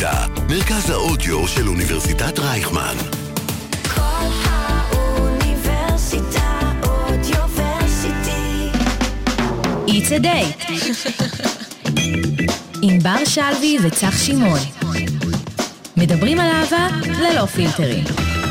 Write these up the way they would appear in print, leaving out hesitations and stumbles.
האוניברסיטה, מרכז האודיו של אוניברסיטת רייכמן. כל האוניברסיטה אודיוורסיטי. It's a date. עם בר שלוי וצח שמעון. מדברים על אהבה ללא פילטרים.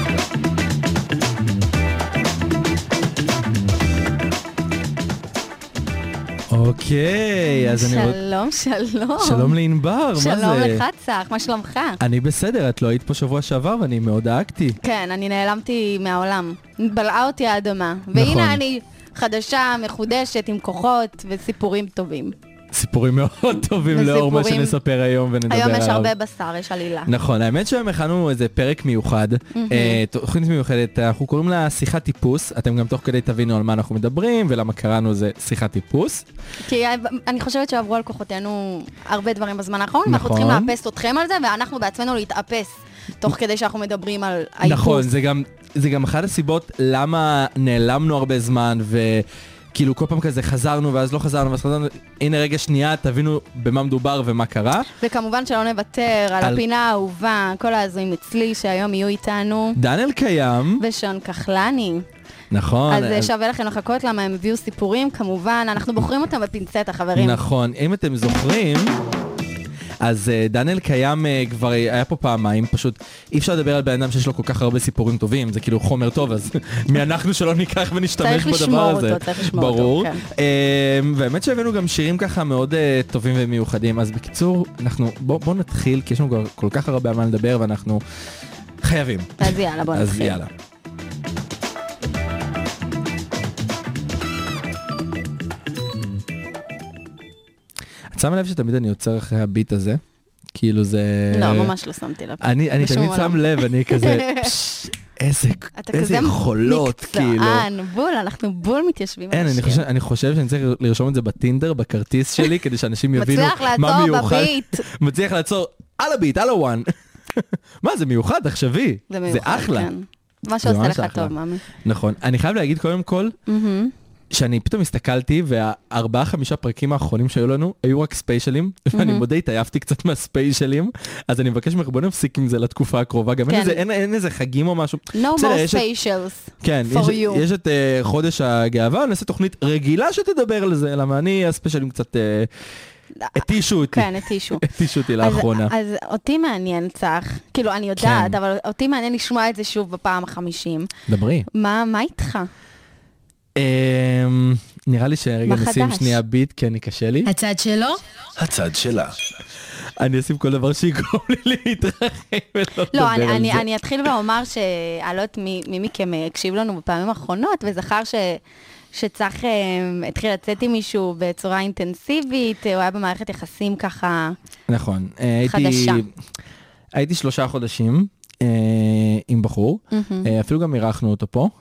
אוקיי, אז אני... שלום. שלום לענבר, מה זה? שלום לך צח, מה שלומך? אני בסדר, את לא היית פה שבוע שעבר ואני מאוד דאגתי. כן, אני נעלמתי מהעולם. בלעה אותי האדמה. נכון. והנה אני חדשה, מחודשת, עם כוחות וסיפורים טובים. סיפורים מאוד טובים לאור מה שנספר היום ונדבר עליו. היום יש הרבה בשר, יש עלילה. נכון, האמת שהיום הכנו איזה פרק מיוחד, תוכנית מיוחדת, אנחנו קוראים לה שיחת טיפוס, אתם גם תוך כדי תבינו על מה אנחנו מדברים ולמה קראנו זה שיחת טיפוס. כי אני חושבת שעברו על כוחותינו הרבה דברים בזמן האחרון, נכון. ואנחנו צריכים לאפס אתכם על זה, ואנחנו בעצמנו להתאפס, תוך כדי שאנחנו מדברים על האיפוס. נכון, זה גם אחת הסיבות למה נעלמנו הרבה זמן כאילו כל פעם כזה חזרנו ואז לא חזרנו ואז חזרנו, הנה רגע שנייה, תבינו במה מדובר ומה קרה. וכמובן שלא נוותר על הפינה האהובה, כל הזויים אצלי שהיום יהיו איתנו. דניאל קיים. ושון כחלני. נכון. אז שווה לכם לחכות למה הם הביאו סיפורים, כמובן, אנחנו בוחרים אותם בפינצטה, חברים. נכון, אם אתם זוכרים... אז דניאל קיים כבר היה פה פעמיים, פשוט אי אפשר לדבר על בן אדם שיש לו כל כך הרבה סיפורים טובים, זה כאילו חומר טוב, אז מי אנחנו שלא ניקח ונשתמש בדבר הזה. צריך לשמור אותו, ברור. כן. והאמת שהבאנו גם שירים ככה מאוד טובים ומיוחדים, אז בקיצור, בוא נתחיל, כי יש לנו כל כך הרבה מה לדבר ואנחנו חייבים. אז יאללה, בוא נתחיל. אז יאללה. את שמה לב שתמיד אני יוצר אחרי הביט הזה? כאילו זה... לא, ממש לא שמתי לב. אני תמיד שם לב, אני כזה... איזה יכולות, כאילו. מקצוען, בול, אנחנו בול מתיישבים. אין, אני חושב שאני צריך לרשום את זה בטינדר, בכרטיס שלי, כדי שאנשים יבינו מה מיוחד. מצליח לעצור בביט. מצליח לעצור על הביט, על הוואן. מה, זה מיוחד, תחשבי. זה אחלה. מה שעושה לך טוב, מאמי. נכון. אני חייב להגיד קודם כל, שאני פתאום הסתכלתי, וה4-5 פרקים האחרונים שהיו לנו, היו רק ספיישלים, ואני מודה, התעייפתי קצת מהספיישלים, אז אני מבקש ממך, בוא נפסיק עם זה לתקופה הקרובה, גם אין איזה חגים או משהו. No more specials כן, יש את חודש הגאווה, נעשה תוכנית רגילה שתדבר על זה, למה אני, הספיישלים קצת... התישו אותי. כן, התישו. התישו אותי לאחרונה. אז אותי מעניין צח, כאילו אני יודעת, אבל אותי מעניין לשמוע את זה שוב בפעם ה-50. דברי. מה איתך? נראה לי שרגע נשים שנייה ביט, כן, קשה לי. הצד שלו? הצד שלה. אני אשים כל דבר שיגרום לי להתרחב ולא לדבר על זה. לא, אני אתחיל ואומר שעלות מי מכם הקשיב לנו בפעמים האחרונות, וזכר שצח התחיל לצאת עם מישהו בצורה אינטנסיבית, הוא היה במערכת יחסים ככה נכון. חדשה. הייתי 3 חודשים עם בחור, אפילו גם אירחנו אותו פה,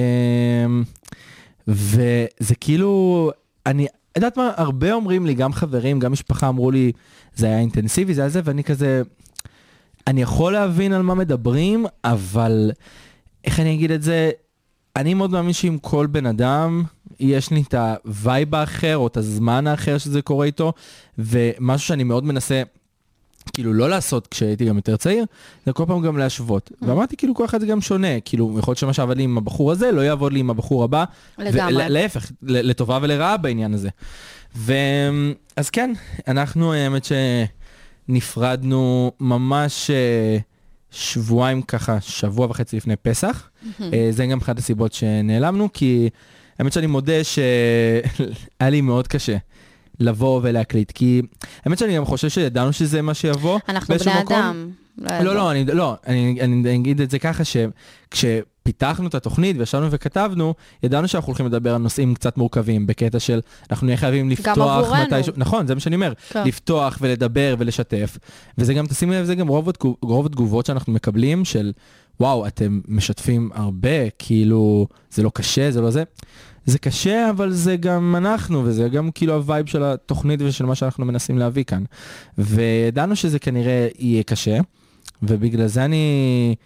וזה כאילו, אני יודעת מה, הרבה אומרים לי, גם חברים, גם משפחה אמרו לי, זה היה אינטנסיבי, זה היה זה, ואני כזה, אני יכול להבין על מה מדברים, אבל איך אני אגיד את זה, אני מאוד מאמין שעם כל בן אדם, יש לי את הווייב האחר, או את הזמן האחר שזה קורה איתו, ומשהו שאני מאוד מנסה, כאילו לא לעשות כשהייתי גם יותר צעיר, זה כל פעם גם להשוות. ואמרתי כאילו כל אחד זה גם שונה, כאילו יכול להיות שמה שעבד לי עם הבחור הזה, לא יעבוד לי עם הבחור הבא, להפך, לטובה ולרעה בעניין הזה. אז כן, אנחנו האמת שנפרדנו ממש שבועיים ככה, 1.5 שבוע לפני פסח, זה גם אחת הסיבות שנעלמנו, כי האמת שאני מודה שהיה לי מאוד קשה. לבוא ולהקליט, כי האמת שאני גם חושב שידענו שזה מה שיבוא. אנחנו בני אדם. אני אגיד את זה ככה שכשפיתחנו את התוכנית וישבנו וכתבנו, ידענו שאנחנו הולכים לדבר על נושאים קצת מורכבים, בקטע של אנחנו נהיה חייבים לפתוח. גם עבורנו. נכון, זה מה שאני אומר. לפתוח ולדבר ולשתף. וזה גם, תשימי לב, זה גם רוב התגובות שאנחנו מקבלים של, וואו, אתם משתפים הרבה, כאילו, זה לא קשה, זה לא זה. זה קשה, אבל זה גם אנחנו, וזה גם כאילו הווייב של התוכנית ושל מה שאנחנו מנסים להביא כאן. וידענו שזה כנראה יהיה קשה, ובגלל זה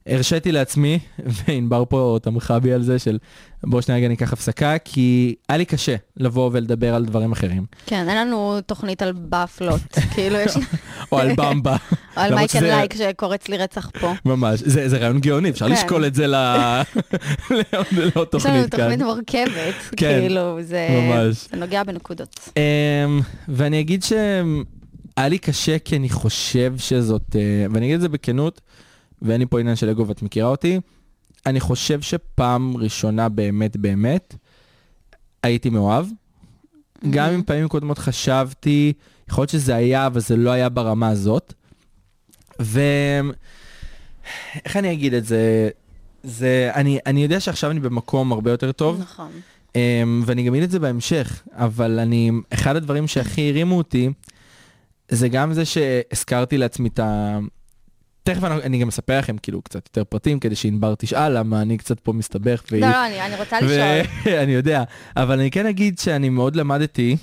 הרשיתי לעצמי, וענבר פה תמכה בי על זה של בוא שנייה רגע ניקח הפסקה, כי היה לי קשה לבוא ולדבר על דברים אחרים. כן, אין לנו תוכנית על בפלות, כאילו יש... או על במבה. או על למרות מייקל שזה- לייק שקורץ לי רצח פה. ממש, זה רעיון גאוני, אפשר כן. לשקול את זה לעוד יש לנו תוכנית כאן. תוכנית מורכבת, כן, כאילו, ממש. זה נוגע בנקודות. ואני אגיד שהיה לי קשה כי אני חושב שזאת, ואני אגיד את זה בכנות, ואין לי פה עניין של אגו ואת מכירה אותי, אני חושב שפעם ראשונה באמת הייתי מאוהב. גם אם פעמים קודמות חשבתי, יכול להיות שזה היה, אבל זה לא היה ברמה הזאת. ואיך אני אגיד את זה? אני יודע שעכשיו אני במקום הרבה יותר טוב, נכון. ואני גם אגיד את זה בהמשך, אבל אחד הדברים שהכי הרימו אותי, זה גם זה שהזכרתי לעצמי את ה... תכף אני גם אספר לכם כאילו קצת יותר פרטים, כדי שענבר תשאל למה אני קצת פה מסתבך. לא, אני רוצה לשאול. אני יודע, אבל אני כן אגיד שאני מאוד למדתי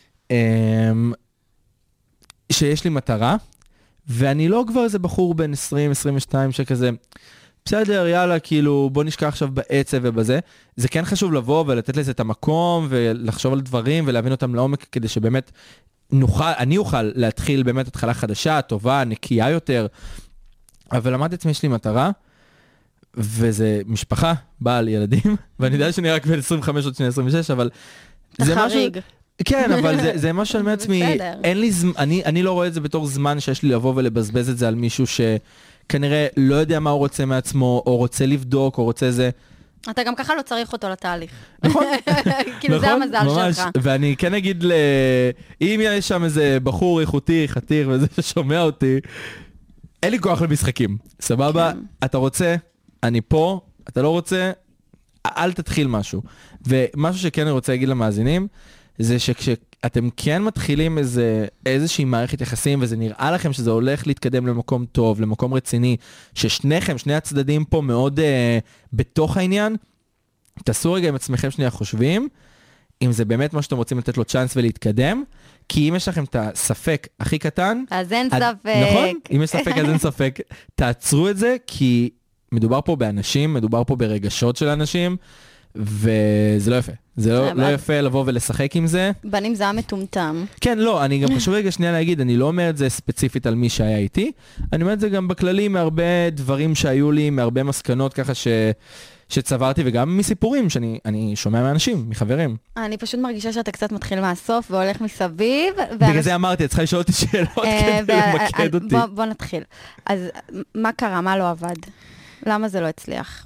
שיש לי מטרה, ואני לא כבר איזה בחור בין 20-22 שכזה, בסדר, יאללה, כאילו, בוא נשכח עכשיו בעצב ובזה. זה כן חשוב לבוא ולתת לזה את המקום, ולחשוב על דברים ולהבין אותם לעומק, כדי שבאמת אני אוכל להתחיל באמת התחלה חדשה, טובה, נקייה יותר. אבל למדתי עצמי, יש לי מטרה, וזה משפחה, בעל, ילדים, ואני יודע שאני רק בין 25 עוד שני 26, אבל זה משהו... חריג. כן, אבל זה משהו שאני מעצמי, בסדר. אין לי זמן, אני לא רואה את זה בתור זמן שיש לי לבוא ולבזבז את זה על מישהו שכנראה לא יודע מה הוא רוצה מעצמו, או רוצה לבדוק, או רוצה זה. אתה גם ככה לא צריך אותו לתהליך. נכון. כאילו זה המזל ממש. שלך. ואני כן אגיד אם יש שם איזה בחור איכותי, חתיך וזה ששומע אותי, אין לי כוח למשחקים, סבבה? כן. אתה רוצה, אני פה, אתה לא רוצה, אל תתחיל משהו. ומשהו שכן אני רוצה להגיד למאזינים, זה שכשאתם כן מתחילים איזושהי מערכת יחסים, וזה נראה לכם שזה הולך להתקדם למקום טוב, למקום רציני, ששניכם, שני הצדדים פה מאוד בתוך העניין, תעשו רגע עם עצמכם שנייה חושבים, אם זה באמת מה שאתם רוצים לתת לו צ'אנס ולהתקדם, כי אם יש לכם את הספק הכי קטן, אז אין ספק. נכון? אם יש ספק אז אין ספק. תעצרו את זה, כי מדובר פה באנשים, מדובר פה ברגשות של אנשים, וזה לא יפה. זה לא יפה לבוא ולשחק עם זה. בנים זה המטומטם. כן, לא, אני גם חשוב רגע שנייה להגיד, אני לא אומר את זה ספציפית על מי שהיה איתי, אני אומר את זה גם בכללי מהרבה דברים שהיו לי, מהרבה מסקנות ככה שצברתי, וגם מסיפורים שאני שומע מאנשים, מחברים. אני פשוט מרגישה שאתה קצת מתחיל מהסוף והולך מסביב. בגלל זה אמרתי, את צריכה לשאול אותי שאלות כדי למקד אותי. בוא נתחיל. אז מה קרה? מה לא עבד? למה זה לא הצליח?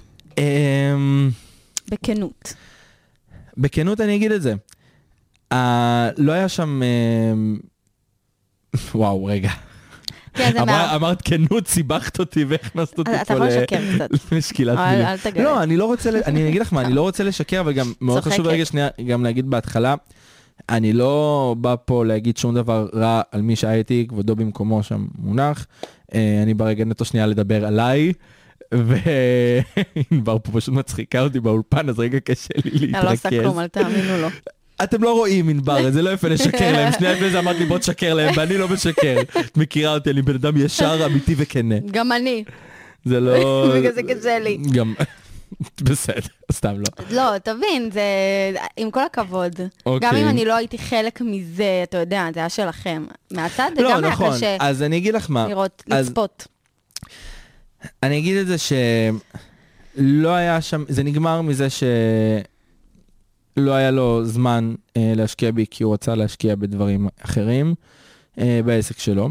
בכנות. בכנות אני אגיד את זה. לא היה שם... וואו, רגע. כן, זה אמרת כנות, סיבכת אותי והכנסת אותי אתה יכול לשקר קצת. לשקילת אבל מילים. אל תגלה. לא, אני לא רוצה, אני אגיד לך מה, אני לא רוצה לשקר, אבל גם מאוד צוחקת. חשוב רגע שנייה, גם להגיד בהתחלה, אני לא בא פה להגיד שום דבר רע על מי שהיה איתי, כבודו במקומו שם מונח. אני ברגע נטו שנייה לדבר עליי, וענבר פה פשוט מצחיקה אותי באולפן, אז רגע קשה לי להתרכז. אני לא עושה כלום, אל תאמינו לו. אתם לא רואים ענבר, זה לא יפה לשקר להם, שנייה לפני זה אמרת לי בוא תשקר להם, ואני לא משקר. את מכירה אותי, אני בן אדם ישר, אמיתי וכנה. גם אני. זה לא... בגלל זה קשה לי. גם... בסדר, סתם לא. לא, תבין, זה... עם כל הכבוד. אוקיי. גם אם אני לא הייתי חלק מזה, אתה יודע, זה היה שלכם. מהצד זה לא, גם היה נכון, קשה אז אני אגיד לך מה. לראות, אז לצפות. אני אגיד את זה שלא היה שם, זה נגמר מזה שלא היה לו זמן להשקיע בי, כי הוא רצה להשקיע בדברים אחרים בעסק שלו.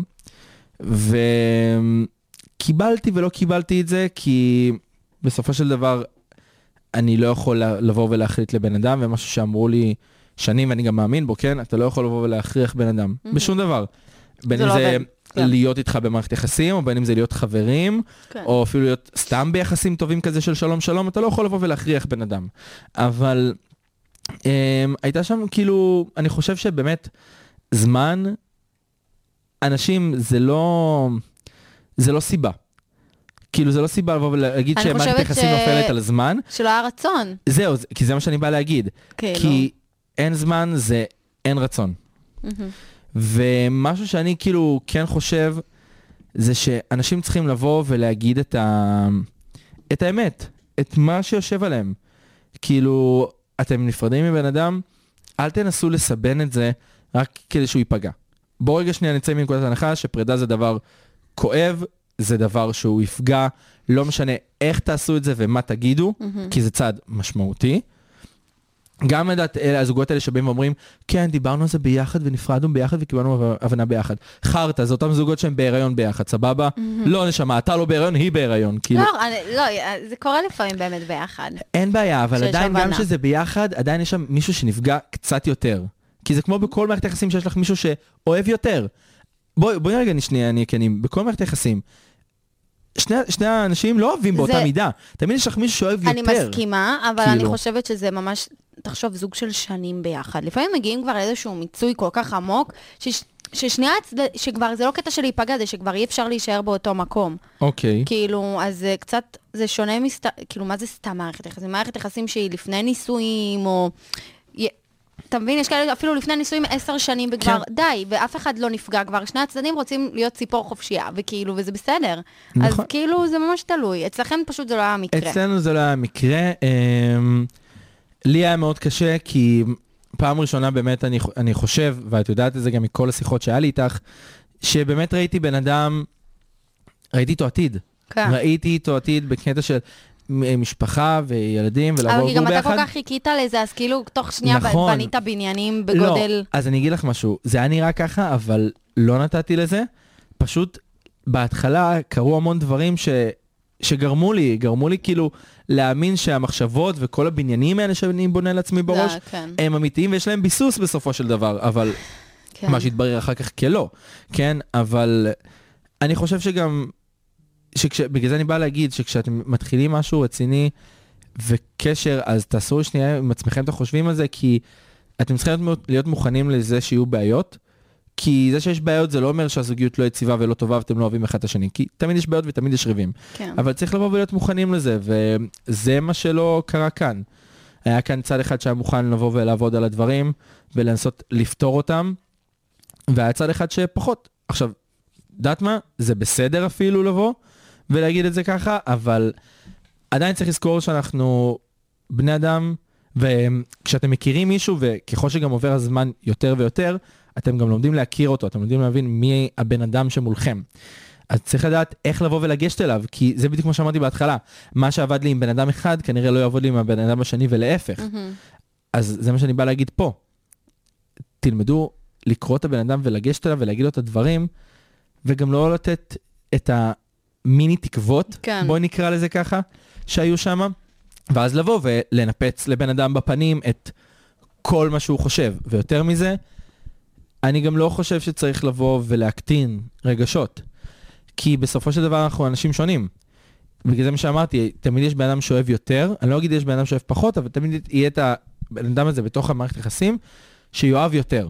וקיבלתי ולא קיבלתי את זה, כי בסופו של דבר אני לא יכול לבוא ולהחליט לבן אדם, ומשהו שאמרו לי שנים, ואני גם מאמין בו, כן? אתה לא יכול לבוא ולהכריח בן אדם, בשום דבר. בין אם זה להיות איתך במערכת יחסים, או בין אם זה להיות חברים, או אפילו להיות סתם ביחסים טובים כזה של שלום שלום, אתה לא יכול לבוא ולהכריח בן אדם. אבל הייתה שם כאילו, אני חושב שבאמת זמן, אנשים זה לא סיבה. כאילו זה לא סיבה לבוא ולהגיד שמערכת יחסים נופלת על זמן. שלא היה רצון. זהו, כי זה מה שאני בא להגיד. כי אין זמן זה אין רצון. ומשהו שאני כאילו כן חושב, זה שאנשים צריכים לבוא ולהגיד את האמת, את מה שיושב עליהם. כאילו, אתם נפרדים מבן אדם, אל תנסו לסבן את זה רק כדי שהוא ייפגע. בואו רגע שנייה נצא מנקודת הנחה שפרידה זה דבר כואב, זה דבר שהוא יפגע, לא משנה איך תעשו את זה ומה תגידו, כי זה צעד משמעותי. גם לדעת הזוגות האלה שבאים ואומרים, כן, דיברנו על זה ביחד ונפרדנו ביחד וקיבלנו הבנה ביחד. חרטה, זה אותם זוגות שהם בהיריון ביחד, סבבה? לא נשמה, אתה לא בהיריון, היא בהיריון. לא, זה קורה לפעמים באמת ביחד. אין בעיה, אבל עדיין גם שזה ביחד, עדיין יש שם מישהו שנפגע קצת יותר. כי זה כמו בכל מערכת יחסים שיש לך מישהו שאוהב יותר. בואי רגע נשנייה, אני כנים, בכל מערכת יחסים, שני האנשים לא אוהבים באותה מידה. תמיד יש לך מישהו שאוהב יותר. אני מסכימה, אבל אני חושבת שזה ממש, תחשוב, זוג של שנים ביחד. לפעמים מגיעים כבר לאיזשהו מיצוי כל כך עמוק, ששנייה, שכבר זה לא קטע של להיפגע, זה שכבר אי אפשר להישאר באותו מקום. אוקיי. כאילו, אז קצת, זה שונה כאילו, מה זה סתם מערכת יחסים? מערכת יחסים שהיא לפני נישואים, או... אתה מבין, יש כאלה אפילו לפני נישואים 10 שנים וכבר די, ואף אחד לא נפגע כבר, שני הצדדים רוצים להיות ציפור חופשייה, וכאילו, וזה בסדר. אז כאילו, זה ממש תלוי. אצלכם פשוט זה לא היה המקרה. אצלנו זה לא היה המקרה. לי היה מאוד קשה, כי פעם ראשונה באמת אני חושב, ואת יודעת את זה גם מכל השיחות שהיה לי איתך, שבאמת ראיתי בן אדם, ראיתי איתו עתיד. ראיתי איתו עתיד בקטע של... משפחה וילדים ולעבור ביחד. אבל גם אתה כל כך חיכית לזה, אז כאילו תוך שנייה בנית בניינים בגודל... לא, אז אני אגיד לך משהו, זה היה נראה ככה, אבל לא נתתי לזה. פשוט בהתחלה קרו המון דברים שגרמו לי כאילו להאמין שהמחשבות וכל הבניינים האלה שאני בונה לעצמי בראש, הם אמיתיים ויש להם ביסוס בסופו של דבר, אבל מה שהתברר אחר כך כלא, כן? אבל אני חושב שגם... בגלל זה אני בא להגיד שכשאתם מתחילים משהו רציני וקשר, אז תעשו שנייה עם עצמכם את החושבים על זה, כי אתם צריכים להיות מוכנים לזה שיהיו בעיות, כי זה שיש בעיות זה לא אומר שהזוגיות לא יציבה ולא טובה ואתם לא אוהבים אחד את השני, כי תמיד יש בעיות ותמיד יש ריבים. כן. אבל צריך לבוא ולהיות מוכנים לזה, וזה מה שלא קרה כאן. היה כאן צד אחד שהיה מוכן לבוא ולעבוד על הדברים, ולנסות לפתור אותם, והיה צד אחד שפחות. עכשיו, דעת מה? זה בסדר אפילו לבוא, ולהגיד את זה ככה, אבל עדיין צריך לזכור שאנחנו בני אדם, וכשאתם מכירים מישהו, וככל שגם עובר הזמן יותר ויותר, אתם גם לומדים להכיר אותו, אתם לומדים להבין מי הבן אדם שמולכם. אז צריך לדעת איך לבוא ולגשת אליו, כי זה בדיוק כמו שאמרתי בהתחלה, מה שעבד לי עם בן אדם אחד, כנראה לא יעבוד לי עם הבן אדם השני ולהפך. אז זה מה שאני בא להגיד פה. תלמדו לקרוא את הבן אדם ולגשת אליו ולהגיד לו את הדברים, וגם לא לתת את מיני תקוות, בואי נקרא לזה ככה, שהיו שם, ואז לבוא ולנפץ לבן אדם בפנים את כל מה שהוא חושב. ויותר מזה, אני גם לא חושב שצריך לבוא ולהקטין רגשות, כי בסופו של דבר אנחנו אנשים שונים. בגלל זה מה שאמרתי, תמיד יש בן אדם שאוהב יותר, אני לא אגיד יש בן אדם שאוהב פחות, אבל תמיד יהיה את הבן אדם הזה בתוך המערכת יחסים, שיואב יותר.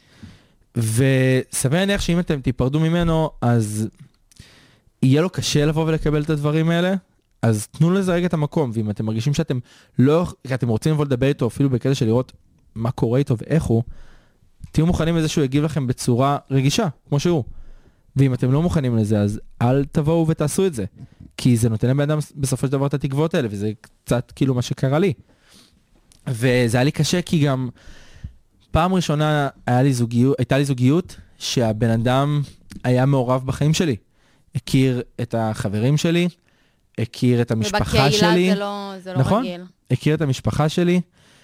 וסביר להניח שאם אתם תיפרדו ממנו, אז... יהיה לו קשה לבוא ולקבל את הדברים האלה, אז תנו לזה רגע את המקום, ואם אתם מרגישים שאתם לא, אתם רוצים לבוא לדבר איתו, אפילו בכזה של לראות מה קורה איתו ואיך הוא, תהיו מוכנים לזה שהוא יגיב לכם בצורה רגישה, כמו שהוא. ואם אתם לא מוכנים לזה, אז אל תבואו ותעשו את זה, כי זה נותן לבן אדם בסופו של דבר את התקוות האלה, וזה קצת כאילו מה שקרה לי. וזה היה לי קשה, כי גם פעם ראשונה הייתה לי זוגיות, שהבן אדם היה מעורב בחיים שלי. הכיר את החברים שלי, הכיר את המשפחה שלי. ובקהילה זה לא נכון? רגיל. הכיר את המשפחה שלי.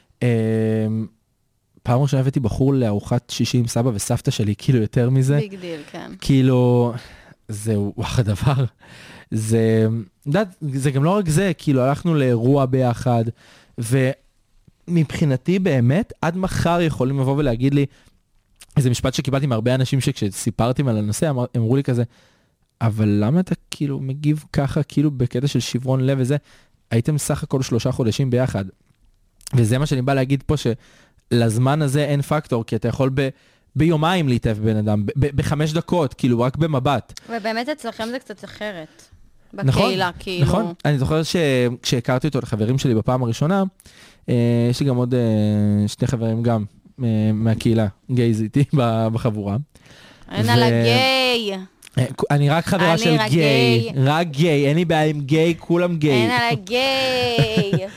פעם ראשונה הבאתי בחור לארוחת שישי עם סבא וסבתא שלי, כאילו יותר מזה. ביג דיל, כן. כאילו, זהו, וואח הדבר. זה גם לא רק זה, כאילו הלכנו לאירוע ביחד, ומבחינתי באמת, עד מחר יכולים לבוא ולהגיד לי, איזה משפט שקיבלתי מהרבה אנשים שכשסיפרתי על הנושא, אמרו לי כזה, אבל למה אתה כאילו מגיב ככה, כאילו בקטע של שברון לב וזה, הייתם סך הכל 3 חודשים ביחד. וזה מה שאני בא להגיד פה, שלזמן הזה אין פקטור, כי אתה יכול ביומיים להתאהב בן אדם, ב5 דקות, כאילו רק במבט. ובאמת אצלכם זה קצת אחרת. נכון, בקהילה, כאילו. נכון, אני זוכר שכשהכרתי אותו לחברים שלי בפעם הראשונה, יש לי גם עוד 2 חברים גם מהקהילה, גייז איתי בחבורה. אין על הגיי. אני רק חברה אני של רק גיי, גיי. רק גיי, אין לי בעיה עם גיי, כולם גיי. אין על הגיי.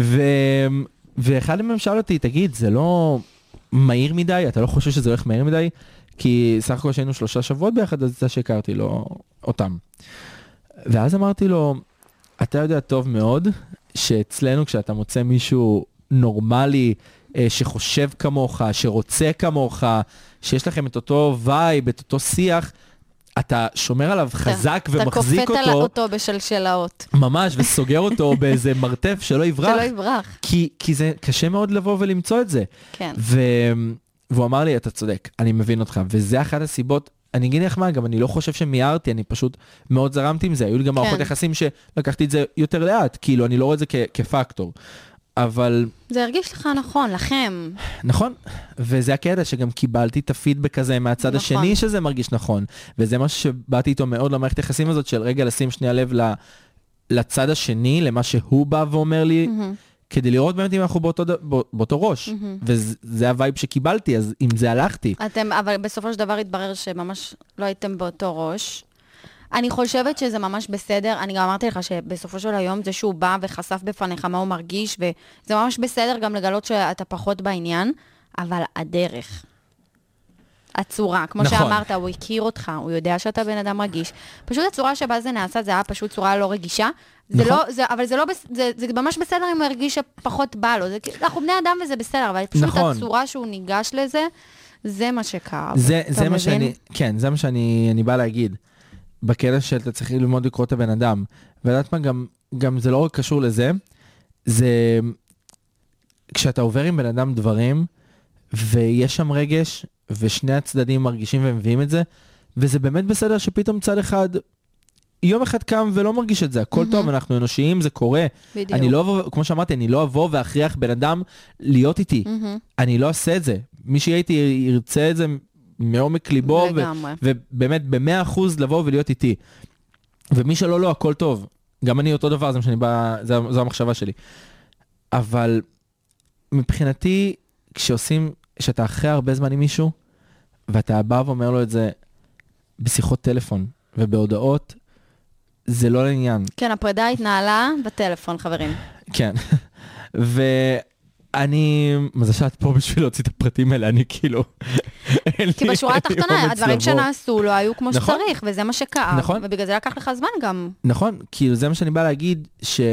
ואחד מהם שאל אותי, תגיד, זה לא מהיר מדי? אתה לא חושב שזה הולך מהיר מדי? כי סך הכל שהיינו 3 שבועות ביחד, אז זה שהכרתי לו אותם. ואז אמרתי לו, אתה יודע טוב מאוד, שאצלנו כשאתה מוצא מישהו נורמלי, שחושב כמוך, שרוצה כמוך, שיש לכם את אותו וייב, את אותו שיח, אתה שומר עליו חזק ומחזיק אתה כופת אותו בשלשלאות. ממש, וסוגר אותו באיזה מרתף שלא יברח. שלא יברח. כי זה קשה מאוד לבוא ולמצוא את זה. כן. והוא אמר לי, אתה צודק, אני מבין אותך, וזה אחת הסיבות, אני אגיד לך מה, גם אני לא חושב שמיירתי, אני פשוט מאוד זרמתי עם זה, היו לי גם מערכות יחסים שלקחתי את זה יותר לאט, כאילו אני לא רואה את זה כפקטור. אבל... זה הרגיש לך נכון, לכם. נכון, וזה הקטע שגם קיבלתי את הפידבק הזה מהצד השני שזה מרגיש נכון, וזה מה שבאתי איתו מאוד למערכת היחסים הזאת של רגע לשים שנייה לב לצד השני, למה שהוא בא ואומר לי, כדי לראות באמת אם אנחנו באותו ראש, וזה הווייב שקיבלתי, אז עם זה הלכתי. אבל בסופו של דבר התברר שממש לא הייתם באותו ראש. אני חושבת שזה ממש בסדר, אני גם אמרתי לך שבסופו של היום זה שהוא בא וחשף בפניך מה הוא מרגיש, וזה ממש בסדר גם לגלות שאתה פחות בעניין, אבל הדרך, הצורה, כמו נכון. שאמרת, הוא הכיר אותך, הוא יודע שאתה בן אדם רגיש, פשוט הצורה שבה זה נעשה, זה היה פשוט צורה לא רגישה, זה נכון. לא, אבל זה לא, זה ממש בסדר אם הוא הרגיש שפחות בא לו, אנחנו בני אדם וזה בסדר, אבל פשוט נכון. הצורה שהוא ניגש לזה, זה מה שקרה. זה מה שאני, כן, זה מה שאני בא להגיד. בקטע שאתה צריך ללמוד לקרוא את הבן אדם. ולדעת מה, גם זה לא רק קשור לזה, זה כשאתה עובר עם בן אדם דברים, ויש שם רגש, ושני הצדדים מרגישים ומביאים את זה, וזה באמת בסדר שפתאום צד אחד, יום אחד קם ולא מרגיש את זה, הכל טוב, אנחנו אנושיים, זה קורה. בדיוק. אני לא אבוא, כמו שאמרתי, אני לא אבוא ואכריח בן אדם להיות איתי. אני לא אעשה את זה. מי שיהיה איתי ירצה את זה מעומק ליבו, ובאמת ב100% לבוא ולהיות איתי. ומי שלא, לא, הכל טוב. גם אני אותו דבר, זה מה שאני בא, זו המחשבה שלי. אבל מבחינתי, כשאתה אחרי הרבה זמן עם מישהו, ואתה בא ואומר לו את זה בשיחות טלפון ובהודעות, זה לא לעניין. כן, הפרידה התנהלה בטלפון, חברים. כן. ואני, מזל שאת פה בשביל להוציא את הפרטים האלה, אני כאילו... כי בשורה התחתונה, הדברים שנעשו לא היו כמו נכון. שצריך, וזה מה שקרה. נכון. ובגלל זה לקח לך זמן גם. נכון, כאילו זה מה שאני בא להגיד,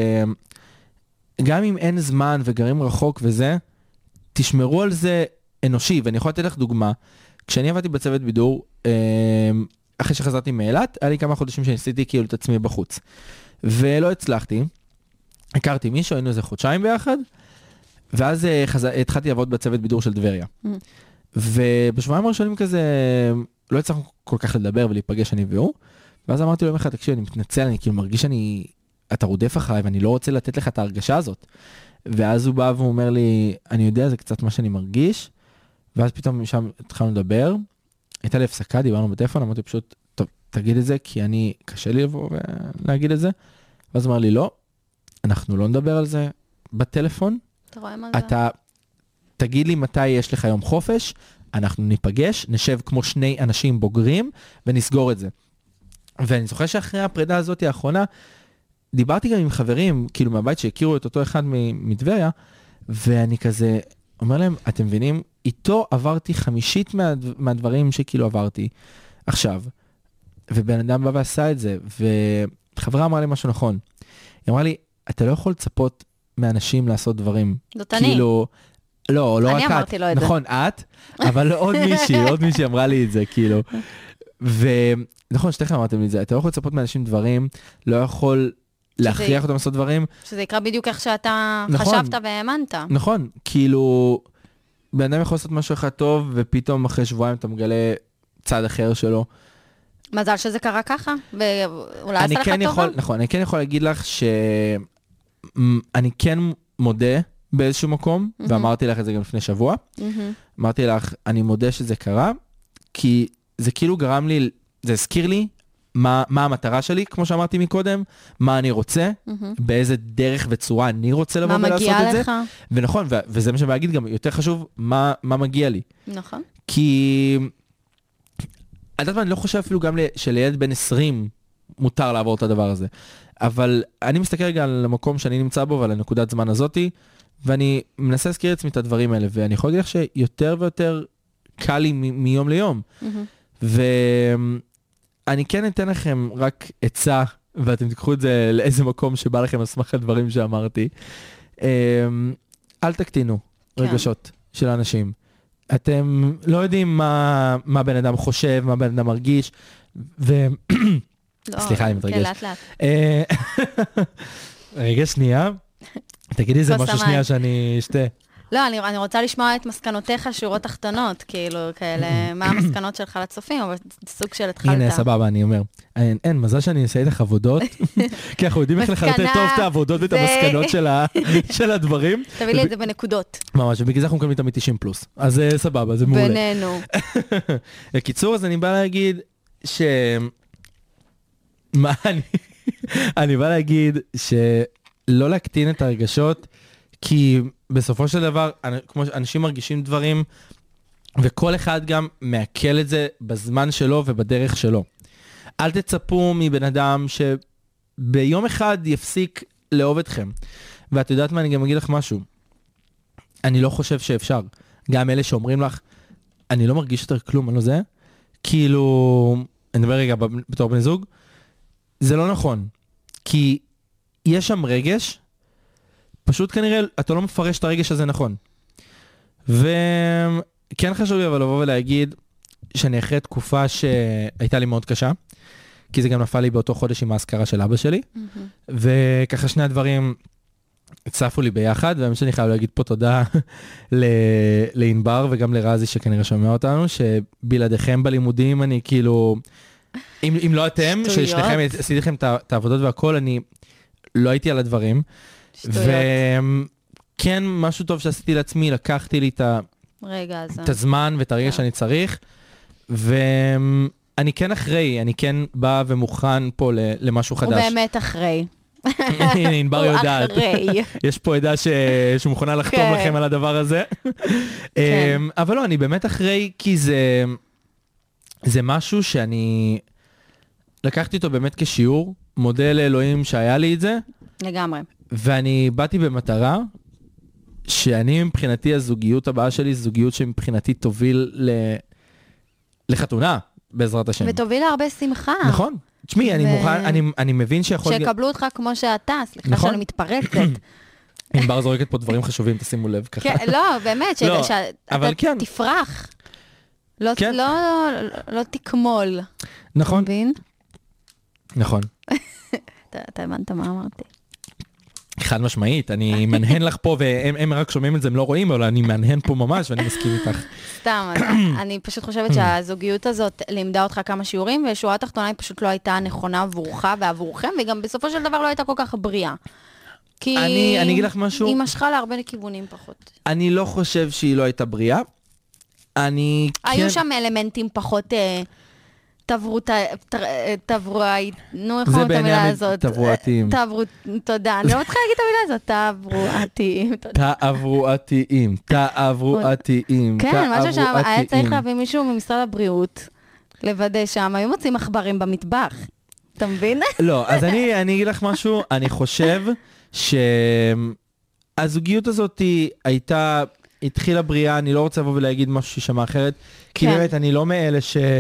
שגם אם אין זמן וגרים רחוק וזה, תשמרו על זה אנושי, ואני יכול לתת לך דוגמה, כשאני עבדתי בצוות בידור, אחרי שחזרתי מאילת, היה לי כמה חודשים שניסיתי כאילו את עצמי בחוץ. ולא הצלחתי, הכרתי מישהו, היינו איזה חודשיים ביחד, ואז התחלתי לעבוד בצוות בידור של דבריה. ובשבועיים הראשונים כזה, לא הצלחנו כל כך לדבר ולהיפגש אני והוא, ואז אמרתי לו יום אחד, תקשיב, אני מתנצל, אני כאילו מרגיש אתה רודף אחריי, ואני לא רוצה לתת לך את ההרגשה הזאת. ואז הוא בא והוא אומר לי, אני יודע, זה קצת מה שאני מרגיש, ואז פתאום משם התחלנו לדבר, הייתה לי הפסקה, דיברנו בטלפון, אמרתי פשוט, טוב, תגיד את זה, כי אני, קשה לי לבוא ולהגיד את זה. ואז הוא אמר לי, לא, אנחנו לא נדבר על זה בטלפון. אתה רואה מה זה? אתה, תגיד לי מתי יש לך יום חופש, אנחנו ניפגש, נשב כמו שני אנשים בוגרים, ונסגור את זה. ואני זוכר שאחרי הפרידה הזאת האחרונה, דיברתי גם עם חברים, כאילו מהבית שהכירו את אותו אחד מדבריה, ואני כזה אומר להם, אתם מבינים, איתו עברתי 50% מהדברים שכאילו עברתי עכשיו, ובן אדם בא ועשה את זה, וחברה אמרה לי משהו נכון. היא אמרה לי, אתה לא יכול לצפות מאנשים לעשות דברים. זאת אני. כאילו, לא רק את. אני אמרתי לו את זה. נכון, את, אבל עוד מישהי אמרה לי את זה, כאילו. ונכון, שתיכם אמרתם לי את זה, אתה לא יכול לצפות מאנשים דברים, לא יכול להכריח אותם לעשות דברים. שזה יקרה בדיוק איך שאתה נכון. חשבת והאמנת. נכון, כאילו, בן אדם יכול לעשות משהו אחד טוב, ופתאום אחרי שבועיים אתה מגלה צד אחר שלו. מזל שזה קרה ככה, ואולי עשה לך טובה. נכון, אני כן יכול להגיד לך שאני כן מודה באיזשהו מקום, ואמרתי לך את זה גם לפני שבוע. אמרתי לך, אני מודה שזה קרה, כי זה כאילו גרם לי, זה הזכיר לי, מה המטרה שלי, כמו שאמרתי מקודם, מה אני רוצה, באיזה דרך וצורה אני רוצה לבוא ולעשות את זה. מה מגיע לך? ונכון, וזה מה שאני אגיד גם, יותר חשוב, מה מגיע לי. נכון. כי את יודעת מה, אני לא חושב אפילו גם שלילד בן 20 מותר לעבור את הדבר הזה. אבל אני מסתכל רגע על המקום שאני נמצא בו ועל הנקודת זמן הזאתי, ואני מנסה להזכיר לעצמי את הדברים האלה, ואני יכול להגיד לך שיותר ויותר קל לי מיום ליום. ואני כן אתן לכם רק עצה, ואתם תיקחו את זה לאיזה מקום שבא לכם על סמך הדברים שאמרתי. אל תקטינו רגשות של אנשים. אתם לא יודעים מה בן אדם חושב, מה בן אדם מרגיש, סליחה, אני מתרגש. כן, לאט. רגע, שנייה. תגידי זה משהו שנייה שאני אשתה. לא, אני רוצה לשמוע את מסקנותיך, שורות תחתונות, כאילו, כאלה, מה המסקנות שלך לצופים, אבל סוג של התחלת. הנה, סבבה, אני אומר. אין, מזל שאני אעשה איתך עבודות, כי אנחנו יודעים איך לך יותר טוב את העבודות ואת המסקנות של הדברים. תביא לי את זה בנקודות. ממש, ובגלל זה אנחנו מקבלים תמיד 90 פלוס. אז סבבה, זה מעולה. בינינו. בקיצור, אז אני בא להגיד אני בא להגיד שלא להקטין את הרגשות, כי בסופו של דבר, כמו שאנשים מרגישים דברים, וכל אחד גם מעכל את זה בזמן שלו ובדרך שלו. אל תצפו מבן אדם שביום אחד יפסיק לאהוב אתכם. ואת יודעת מה, אני גם אגיד לך משהו. אני לא חושב שאפשר. גם אלה שאומרים לך, אני לא מרגיש יותר כלום, אני לא זה. כאילו, אני מדבר רגע בתור בן זוג, זה לא נכון. כי יש שם רגש, פשוט כנראה אתה לא מפרש את הרגש הזה נכון. וכן חשוב לי אבל לבוא ולהגיד שאני אחרי תקופה שהייתה לי מאוד קשה, כי זה גם נפל לי באותו חודש עם ההזכרה של אבא שלי, וככה שני הדברים צפו לי ביחד, והאמת שאני חייב להגיד פה תודה לענבר וגם לרזי שכנראה שומע אותנו, שבלעדיכם בלימודים אני כאילו, אם לא אתם, ששניכם עשיתי לכם את העבודות והכל, אני לא הייתי על הדברים. וכן, משהו טוב שעשיתי לעצמי, לקחתי לי את הזמן ואת הרגע שאני צריך, ואני כן אחרי, אני כן בא ומוכן פה למשהו חדש. הוא באמת אחרי. הנה, ענבר יודעת. הוא אחרי. יש פה עדה שמוכנה לחתום לכם על הדבר הזה. אבל לא, אני באמת אחרי, כי זה משהו שאני לקחתי אותו באמת כשיעור, מודה לאלוהים שהיה לי את זה. לגמרי. ואני באתי במטרה שאני מבחינתי הזוגיות הבאה שלי, זוגיות שמבחינתי תוביל לחתונה, בעזרת השם. ותוביל להרבה שמחה. נכון. תשמעי, אני מבין שיכול... שיקבלו אותך כמו שאתה, סליחה שאני מתפרצת. ענבר זורקת פה דברים חשובים, תשימו לב ככה. לא, באמת, שאתה תפרח. לא תקמול. נכון. מבין? נכון. אתה הבנת מה אמרתי. חד משמעית, אני מנהן לך פה, והם רק שומעים את זה, הם לא רואים, אבל אני מנהן פה ממש, ואני מסכים איתך. סתם, אני פשוט חושבת שהזוגיות הזאת לימדה אותך כמה שיעורים, ושורה התחתונה היא פשוט לא הייתה נכונה עבורך ועבורכם, וגם בסופו של דבר לא הייתה כל כך בריאה. כי אני אגיד לך משהו. היא משכה להרבה כיוונים פחות. אני לא חושב שהיא לא הייתה בריאה. היו שם אלמנטים פחות... נו, איך אומרת את המילה הזאת? תברואתיים. תודה, אני לא מתחילה להגיד את המילה הזאת, תברואתיים. תברואתיים. כן, משהו שהיה צריך להביא מישהו ממשרד הבריאות, לוודא שם, היו מוצאים עכברים במטבח. אתה מבין? לא, אז אני אגיד לך משהו, אני חושב שהזוגיות הזאת התחילה בריאה, אני לא רוצה לבוא ולהגיד משהו שישמע אחרת, כי באמת אני לא מאלה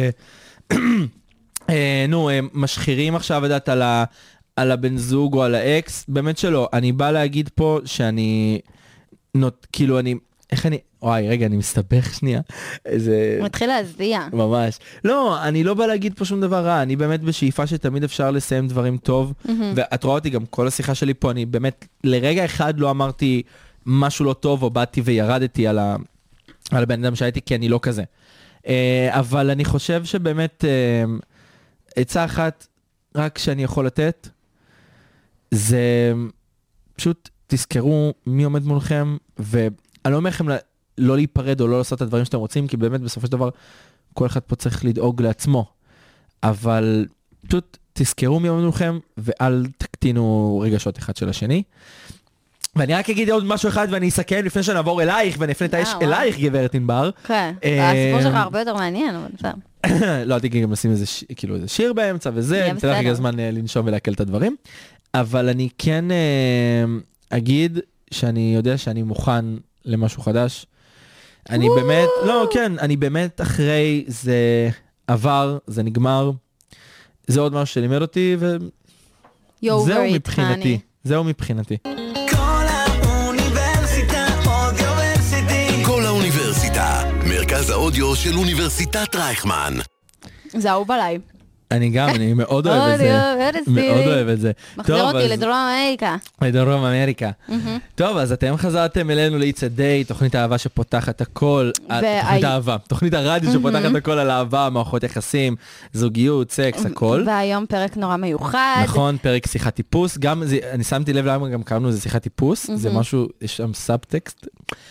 משחירים עכשיו לדעת על הבן זוג או על האקס, באמת שלא, אני בא להגיד פה שאני, כאילו וואי, רגע, אני מסתבך שנייה. הוא מתחיל להזיע. ממש. לא, אני לא בא להגיד פה שום דבר רע, אני באמת בשאיפה שתמיד אפשר לסיים דברים טוב, ואת רואה אותי גם כל השיחה שלי פה, אני באמת לרגע אחד לא אמרתי משהו לא טוב, או באתי וירדתי על הבן אדם שהייתי, כי אני לא כזה. אבל אני חושב שבאמת עצה אחת רק שאני יכול לתת, זה פשוט תזכרו מי עומד מולכם, ואני לא אומר לכם לא להיפרד או לא לעשות את הדברים שאתם רוצים, כי באמת בסופו של דבר כל אחד פה צריך לדאוג לעצמו, אבל פשוט תזכרו מי עומד מולכם, ואל תקטינו רגשות אחד של השני. ואני רק אגיד עוד משהו אחד ואני אסכם לפני שנעבור אלייך, ואני אפנה את האש אלייך, גברת ענבר. כן, הסיפור שלך הרבה יותר מעניין, אבל בסדר. לא, תגיד גם לשים איזה, כאילו איזה שיר באמצע וזה, אני אתן לך רגע זמן לנשום ולהקל את הדברים. אבל אני כן אגיד שאני יודע שאני מוכן למשהו חדש. אני באמת, לא, כן, אני באמת אחרי, זה עבר, זה נגמר. זה עוד משהו שלימד אותי, וזהו מבחינתי. זהו מבחינתי. כל האוניברסיטה, מרכז האודיו של אוניברסיטת רייכמן. זה אהוב עליי. אני גם, אני מאוד אוהב את זה. מאוד אוהב את זה. מחזיר אותי לדרום אמריקה. לדרום אמריקה. טוב, אז אתם חזרתם אלינו ל-It's a Day, תוכנית אהבה שפותחת הכל, תוכנית אהבה, תוכנית הרדיו שפותחת הכל על אהבה, מערכות יחסים, זוגיות, סקס, הכל. והיום פרק נורא מיוחד. נכון, פרק שיחת טיפוס, גם, אני שמתי לב למה גם קראנו לזה שיחת טיפוס, זה משהו, יש שם סאבטקסט,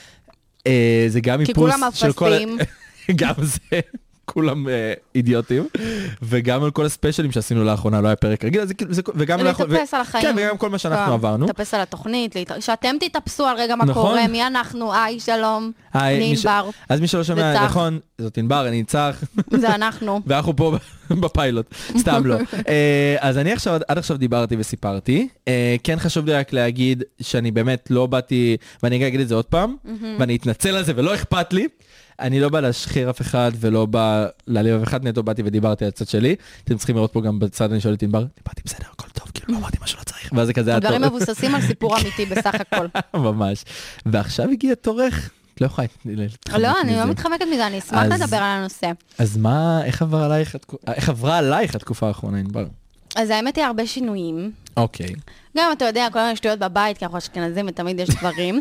זה גם איפוס. כי כולם אפסים. גם זה. כולם אידיוטים, וגם על כל הספיישלים שעשינו לאחרונה, לא היה פרק רגיל, וגם לטפס על החיים. כן, וגם כל מה שאנחנו עברנו. לטפס על התוכנית, שאתם תתאפסו על רגע מה קורה, מי אנחנו, היי, שלום, אני ענבר. אז מי שלא שומע, נכון, זאת ענבר, אני צח. זה אנחנו. ואנחנו פה בפיילוט, סתם לא. אז אני עד עכשיו דיברתי וסיפרתי, כן חשוב לי רק להגיד שאני באמת לא באתי, ואני אגיד את זה עוד פעם, ואני אתנצל על זה ולא אכפת לי, אני לא בא להשחיר אף אחד ולא בא להעליב אף אחד, נטו באתי ודיברתי על הצד שלי. אתם צריכים לראות פה גם בצד, אני שואל את ענבר, דיברתי בסדר, הכל טוב, כאילו לא אמרתי מה שלא צריך. ואז זה כזה היה טוב. דברים מבוססים על סיפור אמיתי בסך הכל. ממש. ועכשיו הגיע תורך. לא יכולה להתחמק מזה. לא, אני לא מתחמקת מזה, אני אשמח לדבר על הנושא. אז מה, איך עברה עלייך התקופה האחרונה, ענבר? אז האמת היא הרבה שינויים. אוקיי. גם אתה יודע, כל מיני שטויות בבית, כי אנחנו אשכנזים ותמיד יש דברים.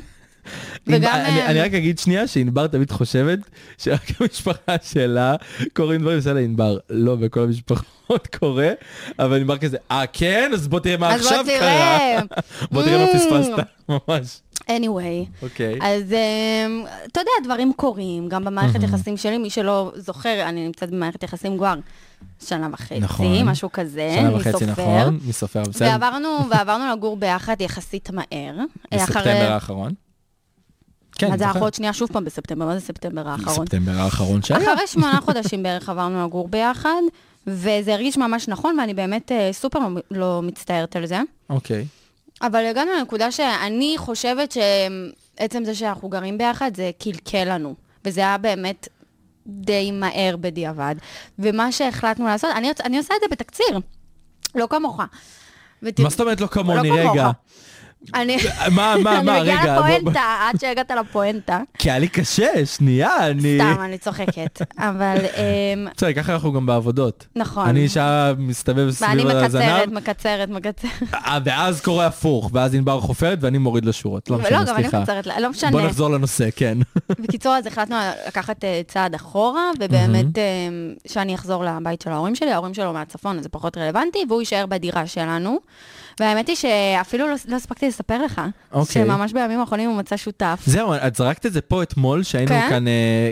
אני רק אגיד שנייה שענבר תמיד חושבת שרק המשפחה שלה קוראים דברים בסדר ענבר, לא בכל המשפחות קורה, אבל ענבר כזה, כן? אז בוא תראה מה עכשיו קרה. בוא תראה מה פספסת, ממש. anyway, אוקיי. אז אתה יודע, דברים קורים, גם במערכת יחסים שלי, מי שלא זוכר, אני נמצאת במערכת יחסים כבר שנה וחצי, משהו כזה, שנה וחצי, נכון, מסופר, בסדר. ועברנו לגור ביחד יחסית מהר. בספטמבר האחרון. אז זה האחרות שנייה שוב פעם בספטמבר, מה זה ספטמבר האחרון? ספטמבר האחרון שהיה. אחרי 8 חודשים בערך עברנו לגור ביחד, וזה הרגיש ממש נכון, ואני באמת סופר לא מצטערת על זה. אוקיי. אבל הגענו לנקודה שאני חושבת שעצם זה שאנחנו גרים ביחד, זה קלקל לנו. וזה היה באמת די מהר בדיעבד. ומה שהחלטנו לעשות, אני עושה את זה בתקציר, לא כמוך. מה זאת אומרת לא כמוני רגע? אני מה, רגע. מגיעה לפואנטה, עד שהגעת לפואנטה. כי היה לי קשה, שנייה, סתם, אני צוחקת. אבל... בסדר, ככה אנחנו גם בעבודות. נכון. אני שעה מסתובב סביב הזנב. ואני מקצרת. ואז קורה הפוך, ואז ענבר חופרת ואני מוריד לשורות. לא משנה, גם אני מקצרת, לא משנה. בוא נחזור לנושא, כן. בקיצור, אז החלטנו לקחת צעד אחורה, ובאמת שאני אחזור לבית של ההורים שלי, ההורים שלו מהצפון, אז זה פחות רלוונטי, והוא יישאר בדירה שלנו. והאמת היא שאפילו לא הספקתי לספר לך, שממש בימים האחרונים הוא מצא שותף. זהו, את זרקת את זה פה אתמול, שהיינו כאן,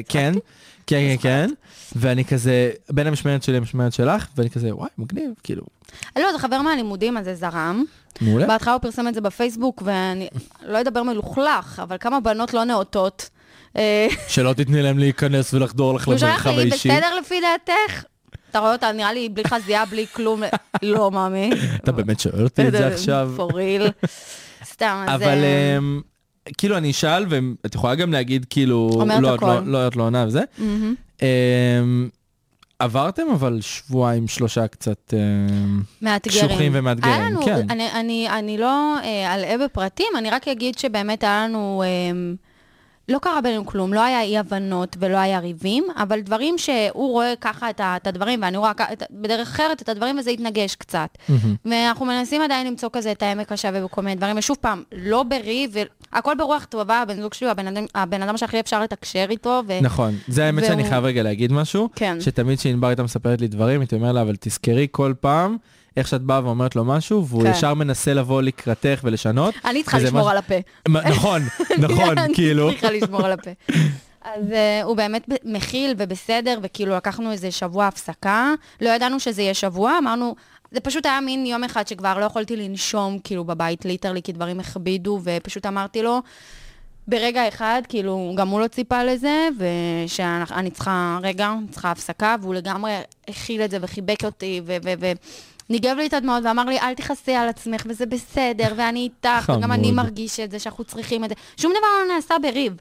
כן, ואני כזה, בין המשמרת שלי למשמרת שלך, ואני כזה, וואי, מגניב, כאילו. לא, זה חבר מהלימודים, אז זה זרם. מעולה. בהתחלה הוא פרסם את זה בפייסבוק, ואני לא אדבר מלוכלך, אבל כמה בנות לא נאותות. שלא תתני להם להיכנס ולחדור לך למרחב האישי. בסדר לפי דעתך? אתה רואה אותה, נראה לי בלי חזייה, בלי כלום, לא מאמי. אתה באמת שואל אותי את זה עכשיו? for real. סתם, אז... אבל כאילו אני אשאל, ואת יכולה גם להגיד כאילו... אומרת הכל. לא, את לא עונה וזה. עברתם אבל שבועיים, 3 קצת... קשוחים ומאתגרים, כן. אני לא אלאה בפרטים, אני רק אגיד שבאמת היה לנו... לא קרה בינינו כלום, לא היה אי-הבנות ולא היה ריבים, אבל דברים שהוא רואה ככה את הדברים, ואני רואה בדרך אחרת את הדברים, וזה יתנגש קצת. ואנחנו מנסים עדיין למצוא כזה את העמק השווה בכל מיני דברים, ושוב פעם, לא בריב, הכל ברוח טובה, הבן זוג שלי, הבן אדם שהכי אפשר לתקשר איתו. נכון, זה האמת שאני חייב רגע להגיד משהו, שתמיד שענבר הייתה מספרת לי דברים, הייתי אומר לה, אבל תזכרי כל פעם, איך שאת באה ואומרת לו משהו, והוא ישר מנסה לבוא לקראתך ולשנות. אני צריכה לשמור על הפה. נכון, כאילו. אני צריכה לשמור על הפה. אז הוא באמת מכיל ובסדר, וכאילו לקחנו איזה שבוע הפסקה, לא ידענו שזה יהיה שבוע, אמרנו, זה פשוט היה מין יום אחד שכבר לא יכולתי לנשום, כאילו בבית ליטרלי, כי דברים הכבידו, ופשוט אמרתי לו, ברגע אחד, כאילו, גם הוא לא ציפה לזה, ושאני צריכה, צריכה הפסקה, והוא לגמרי הכיל את זה וחיבק אותי, ניגב לי את הדמעות ואמר לי, אל תכסי על עצמך, וזה בסדר, ואני איתך, וגם אני מרגיש את זה, שאנחנו צריכים את זה. שום דבר לא נעשה בריב.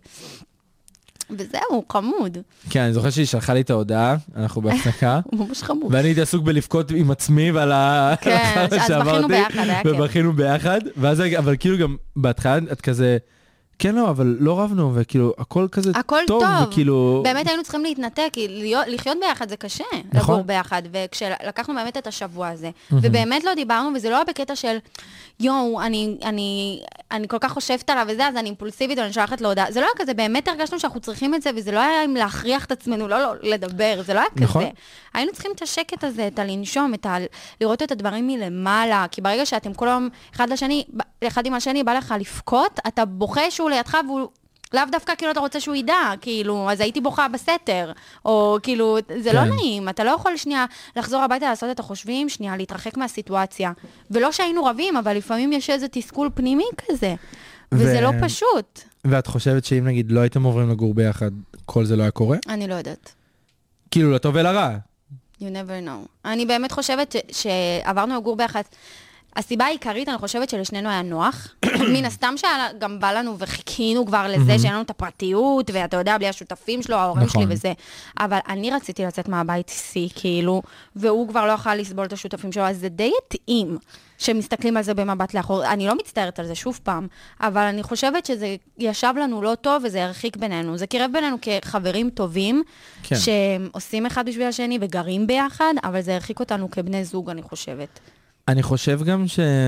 וזהו, חמוד. כן, אני זוכר שהיא שלחה לי את ההודעה, אנחנו בהפסקה. הוא ממש חמוד. ואני הייתי עסוק בלבכות עם עצמי ועל כן, אז בכינו ביחד, היה כיף. ובכינו ביחד, ואז, אבל כאילו גם בהתחלה את כזה, כן, לא, אבל לא רבנו, וכאילו, הכל כזה הכל טוב, וכאילו... באמת היינו צריכים להתנתק, כי לחיות ביחד זה קשה, נכון. לגור ביחד, וכשלקחנו באמת את השבוע הזה, ובאמת לא דיברנו, וזה לא היה בקטע של, יואו, אני כל כך חושבת עליו וזה, אז אני אימפולסיבית, ואני שולחת להודעה, זה לא היה כזה, באמת הרגשנו שאנחנו צריכים את זה, וזה לא היה עם להכריח את עצמנו, לא לדבר, זה לא היה נכון. כזה. היינו צריכים את השקט הזה, את הלנשום, לראות את הדברים מלמעלה, כי ברגע שאתם כל יום אחד עם השני, בא לך לפקוט, אתה בוכה שהוא לידך, והוא לאו דווקא כאילו אתה רוצה שהוא ידע, כאילו, אז הייתי בוכה בסתר, או כאילו, זה לא נעים, אתה לא יכול שנייה לחזור הביתה לעשות את החושבים, שנייה להתרחק מהסיטואציה. ולא שהיינו רבים, אבל לפעמים יש איזה תסכול פנימי כזה, וזה לא פשוט. ואת חושבת שאם נגיד לא הייתם עוברים לגור ביחד, כל זה לא היה קורה? אני לא יודעת. כאילו, לטוב ולרע. You never know. אני באמת חושבת שעברנו לגור ביחד, הסיבה העיקרית, אני חושבת שלשנינו היה נוח. מן הסתם שגם בא לנו וחיכינו כבר לזה, שאין לנו את הפרטיות, ואתה יודע, בלי השותפים שלו, ההורים שלי וזה. אבל אני רציתי לצאת מהבית C, כאילו, והוא כבר לא יכול לסבול את השותפים שלו, אז זה די יתאים שמסתכלים על זה במבט לאחור. אני לא מצטערת על זה שוב פעם, אבל אני חושבת שזה ישב לנו לא טוב, וזה ירחיק בינינו. זה קירב בינינו כחברים טובים, שעושים אחד בשביל השני וגרים ביחד, אבל זה ירחיק אותנו כבני זוג, אני חושבת. אני חושב גם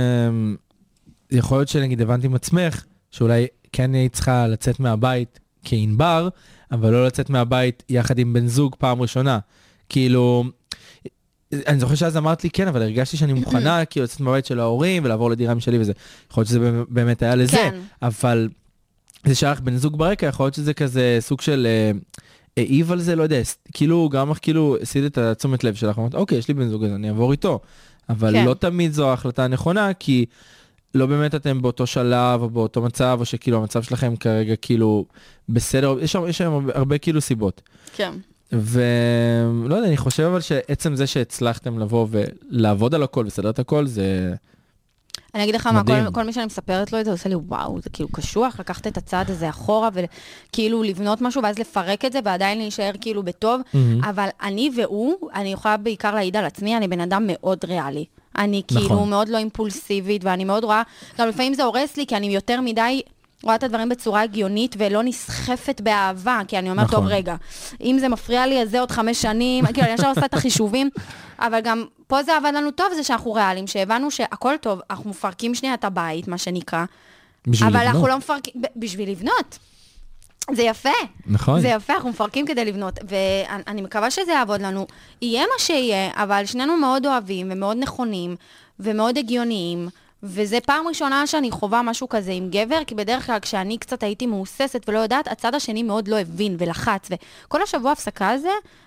יכול להיות שנגיד הבנתי עם עצמך, שאולי כן היא צריכה לצאת מהבית כענבר, אבל לא לצאת מהבית יחד עם בן זוג פעם ראשונה. כאילו, אני זוכר שאז אמרת לי כן, אבל הרגשתי שאני מוכנה כאילו לצאת מהבית של ההורים ולעבור לדירה משלי וזה. יכול להיות שזה באמת היה לזה, כן. אבל זה שייך בן זוג ברקע, יכול להיות שזה כזה סוג של העיב על זה, לא יודע, כאילו גם כאילו עשית את התשומת לב שלך, אמרת, אוקיי, יש לי בן זוג הזה, אני אעבור איתו. אבל לא תמיד זו ההחלטה הנכונה, כי לא באמת אתם באותו שלב או באותו מצב, או שכאילו המצב שלכם כרגע כאילו בסדר, יש שם הרבה כאילו סיבות. כן. ולא יודע, אני חושב אבל שעצם זה שהצלחתם לבוא ולעבוד על הכל וסדר את הכל, זה... אני אגיד לך מה, כל מי שאני מספרת לו את זה, עושה לי וואו, זה כאילו קשוח, לקחת את הצעד הזה אחורה, וכאילו לבנות משהו, ואז לפרק את זה, ועדיין להישאר כאילו בטוב, אבל אני והוא, אני יכולה בעיקר להעיד על עצמי, אני בן אדם מאוד ריאלי. אני כאילו מאוד לא אימפולסיבית, ואני מאוד רואה, גם לפעמים זה הורס לי, כי אני יותר מדי רואה את הדברים בצורה הגיונית, ולא נסחפת באהבה, כי אני אומרת, טוב רגע, אם זה מפריע לי, אז זה עוד 5 שנים, כאילו אני עכשיו עושה את החישובים, אבל גם פה זה עבד לנו טוב, זה שאנחנו ריאליים, שהבנו שהכל טוב, אנחנו מפרקים שנייה את הבית, מה שנקרא, אבל אנחנו לא מפרקים, בשביל לבנות. זה יפה. נכון. זה יפה, אנחנו מפרקים כדי לבנות, ואני מקווה שזה יעבוד לנו. יהיה מה שיהיה, אבל שנינו מאוד אוהבים, ומאוד נכונים, ומאוד הגיוניים, וזה פעם ראשונה שאני חובה משהו כזה עם גבר, כי בדרך כלל כשאני קצת הייתי מאוססת ולא יודעת, הצד השני מאוד לא הבין ולחץ, וכל השבוע הפסקה הזה,